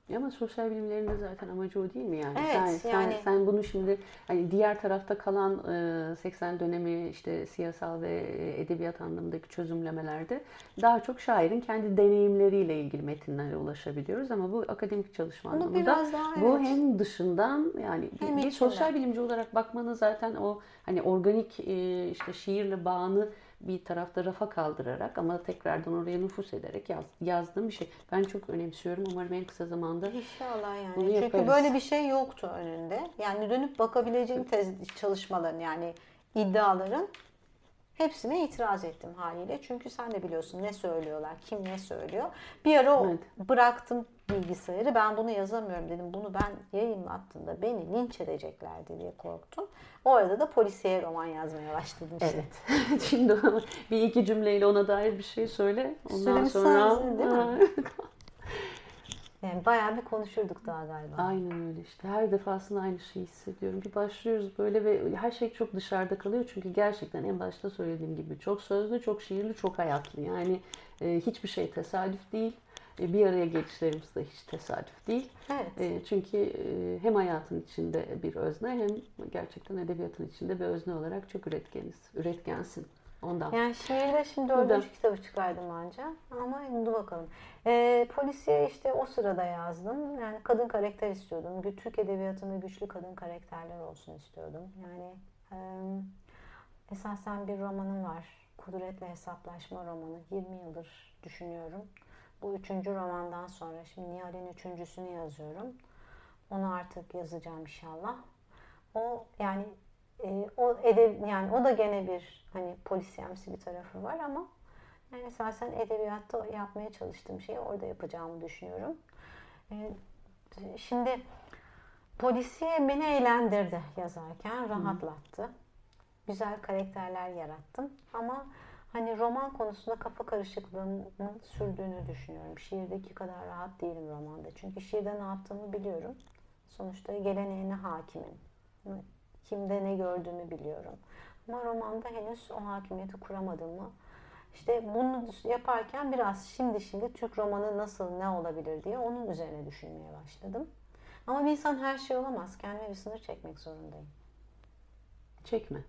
Ama sosyal bilimlerin de zaten amacı o değil mi yani? Evet, Sen bunu şimdi hani diğer tarafta kalan 80 dönemi işte siyasal ve edebiyat anlamındaki çözümlemelerde daha çok şairin kendi deneyimleriyle ilgili metinlere ulaşabiliyoruz ama bu akademik çalışma Bunu anlamında biraz daha, bu evet, hem dışından yani hem bir içinden. sosyal bilimci olarak bakmanın zaten o hani organik işte şiirle bağını bir tarafta rafa kaldırarak ama tekrardan oraya nüfuz ederek yazdığım bir şey. Ben çok önemsiyorum. Umarım en kısa zamanda İnşallah bunu yani. Çünkü yaparız. böyle bir şey yoktu önünde. Yani dönüp bakabileceğim çalışmaların yani iddiaların hepsine itiraz ettim haliyle. Çünkü sen de biliyorsun ne söylüyorlar, kim ne söylüyor. Bir ara Evet. bıraktım bilgisayarı. Ben bunu yazamıyorum dedim. Bunu ben yayınlattığımda beni linç edeceklerdi diye korktum. O arada da polisiye roman yazmaya başladım işte. Evet. Şimdi bir iki cümleyle ona dair bir şey söyle. Ondan Süremiz sonra sonsuz değil mi? Yani bayağı bir konuşurduk daha galiba. aynen öyle işte. Her defasında aynı şeyi hissediyorum. Bir başlıyoruz böyle ve her şey çok dışarıda kalıyor. Çünkü gerçekten en başta söylediğim gibi çok sözlü, çok şiirli, çok hayatlı. Yani hiçbir şey tesadüf değil. Bir araya gelişlerimiz de hiç tesadüf değil. Evet. Çünkü hem hayatın içinde bir özne hem gerçekten edebiyatın içinde bir özne olarak çok üretkeniz. Üretkensin. Ondan. Yani şiirde şimdi 4. kitabı çıkardım anca ama dur bakalım. Polisiye işte o sırada yazdım. Yani kadın karakter istiyordum. Türk edebiyatında güçlü kadın karakterler olsun istiyordum. Yani esasen bir romanım var. Kudretle Hesaplaşma romanı. 20 yıldır düşünüyorum. Bu 3. romandan sonra şimdi Nihal'in 3.'sünü yazıyorum. Onu artık yazacağım inşallah. O yani yani o da gene bir hani polisiyemsi bir tarafı var ama yani esasen edebiyatta yapmaya çalıştığım şeyi orada yapacağımı düşünüyorum. Şimdi polisiye beni eğlendirdi yazarken, rahatlattı. Güzel karakterler yarattım ama hani roman konusunda kafa karışıklığımın sürdüğünü düşünüyorum. Şiirdeki kadar rahat değilim romanda. Çünkü şiirde ne yaptığımı biliyorum. Sonuçta geleneğine hakimim. Kimde ne gördüğümü biliyorum. Ama romanda henüz o hakimiyeti kuramadığımı, işte bunu yaparken biraz şimdi Türk romanı nasıl, ne olabilir diye onun üzerine düşünmeye başladım. Ama bir insan her şey olamaz. Kendime bir sınır çekmek zorundayım. Çekme.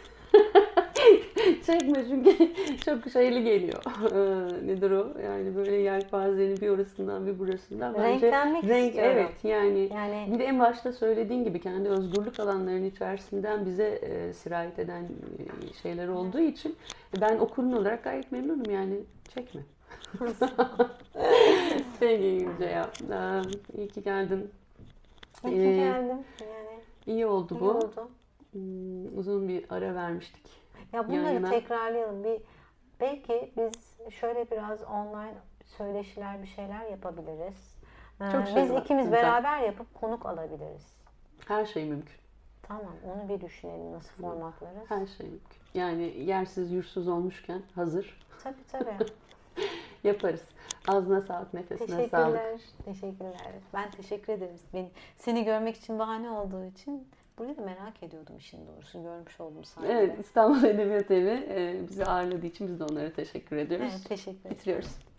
Çekme çünkü çok şeyli geliyor. Nedir o? Yani böyle yelpazenin bir orasından bir burasından. Renklenmek istiyorum. Evet yani bir de en başta söylediğin gibi kendi özgürlük alanlarının içerisinden bize sirayet eden şeyler olduğu için ben okurun olarak gayet memnunum yani. Çekme. Peki Gülce ya. İyi ki geldin. İyi ki geldim. Yani İyi oldu iyi bu. oldu. Uzun bir ara vermiştik. Ya bunları tekrarlayalım. Belki biz şöyle biraz online söyleşiler bir şeyler yapabiliriz. Çok şey biz var. ikimiz beraber yapıp konuk alabiliriz. Her şey mümkün. Tamam, onu bir düşünelim nasıl formatlarız. Her şey mümkün. Yani yersiz yursuz olmuşken hazır. Tabii. Yaparız. Ağzına sağlık, nefesine sağlık. Teşekkürler. Ben teşekkür ederim. Seni görmek için bahane olduğu için burayı da merak ediyordum işin doğrusu. Görmüş oldum sayende. Evet, İstanbul Edebiyat Evi bizi ağırladığı için biz de onlara teşekkür ediyoruz. Evet, teşekkür ederim. Bitiriyoruz.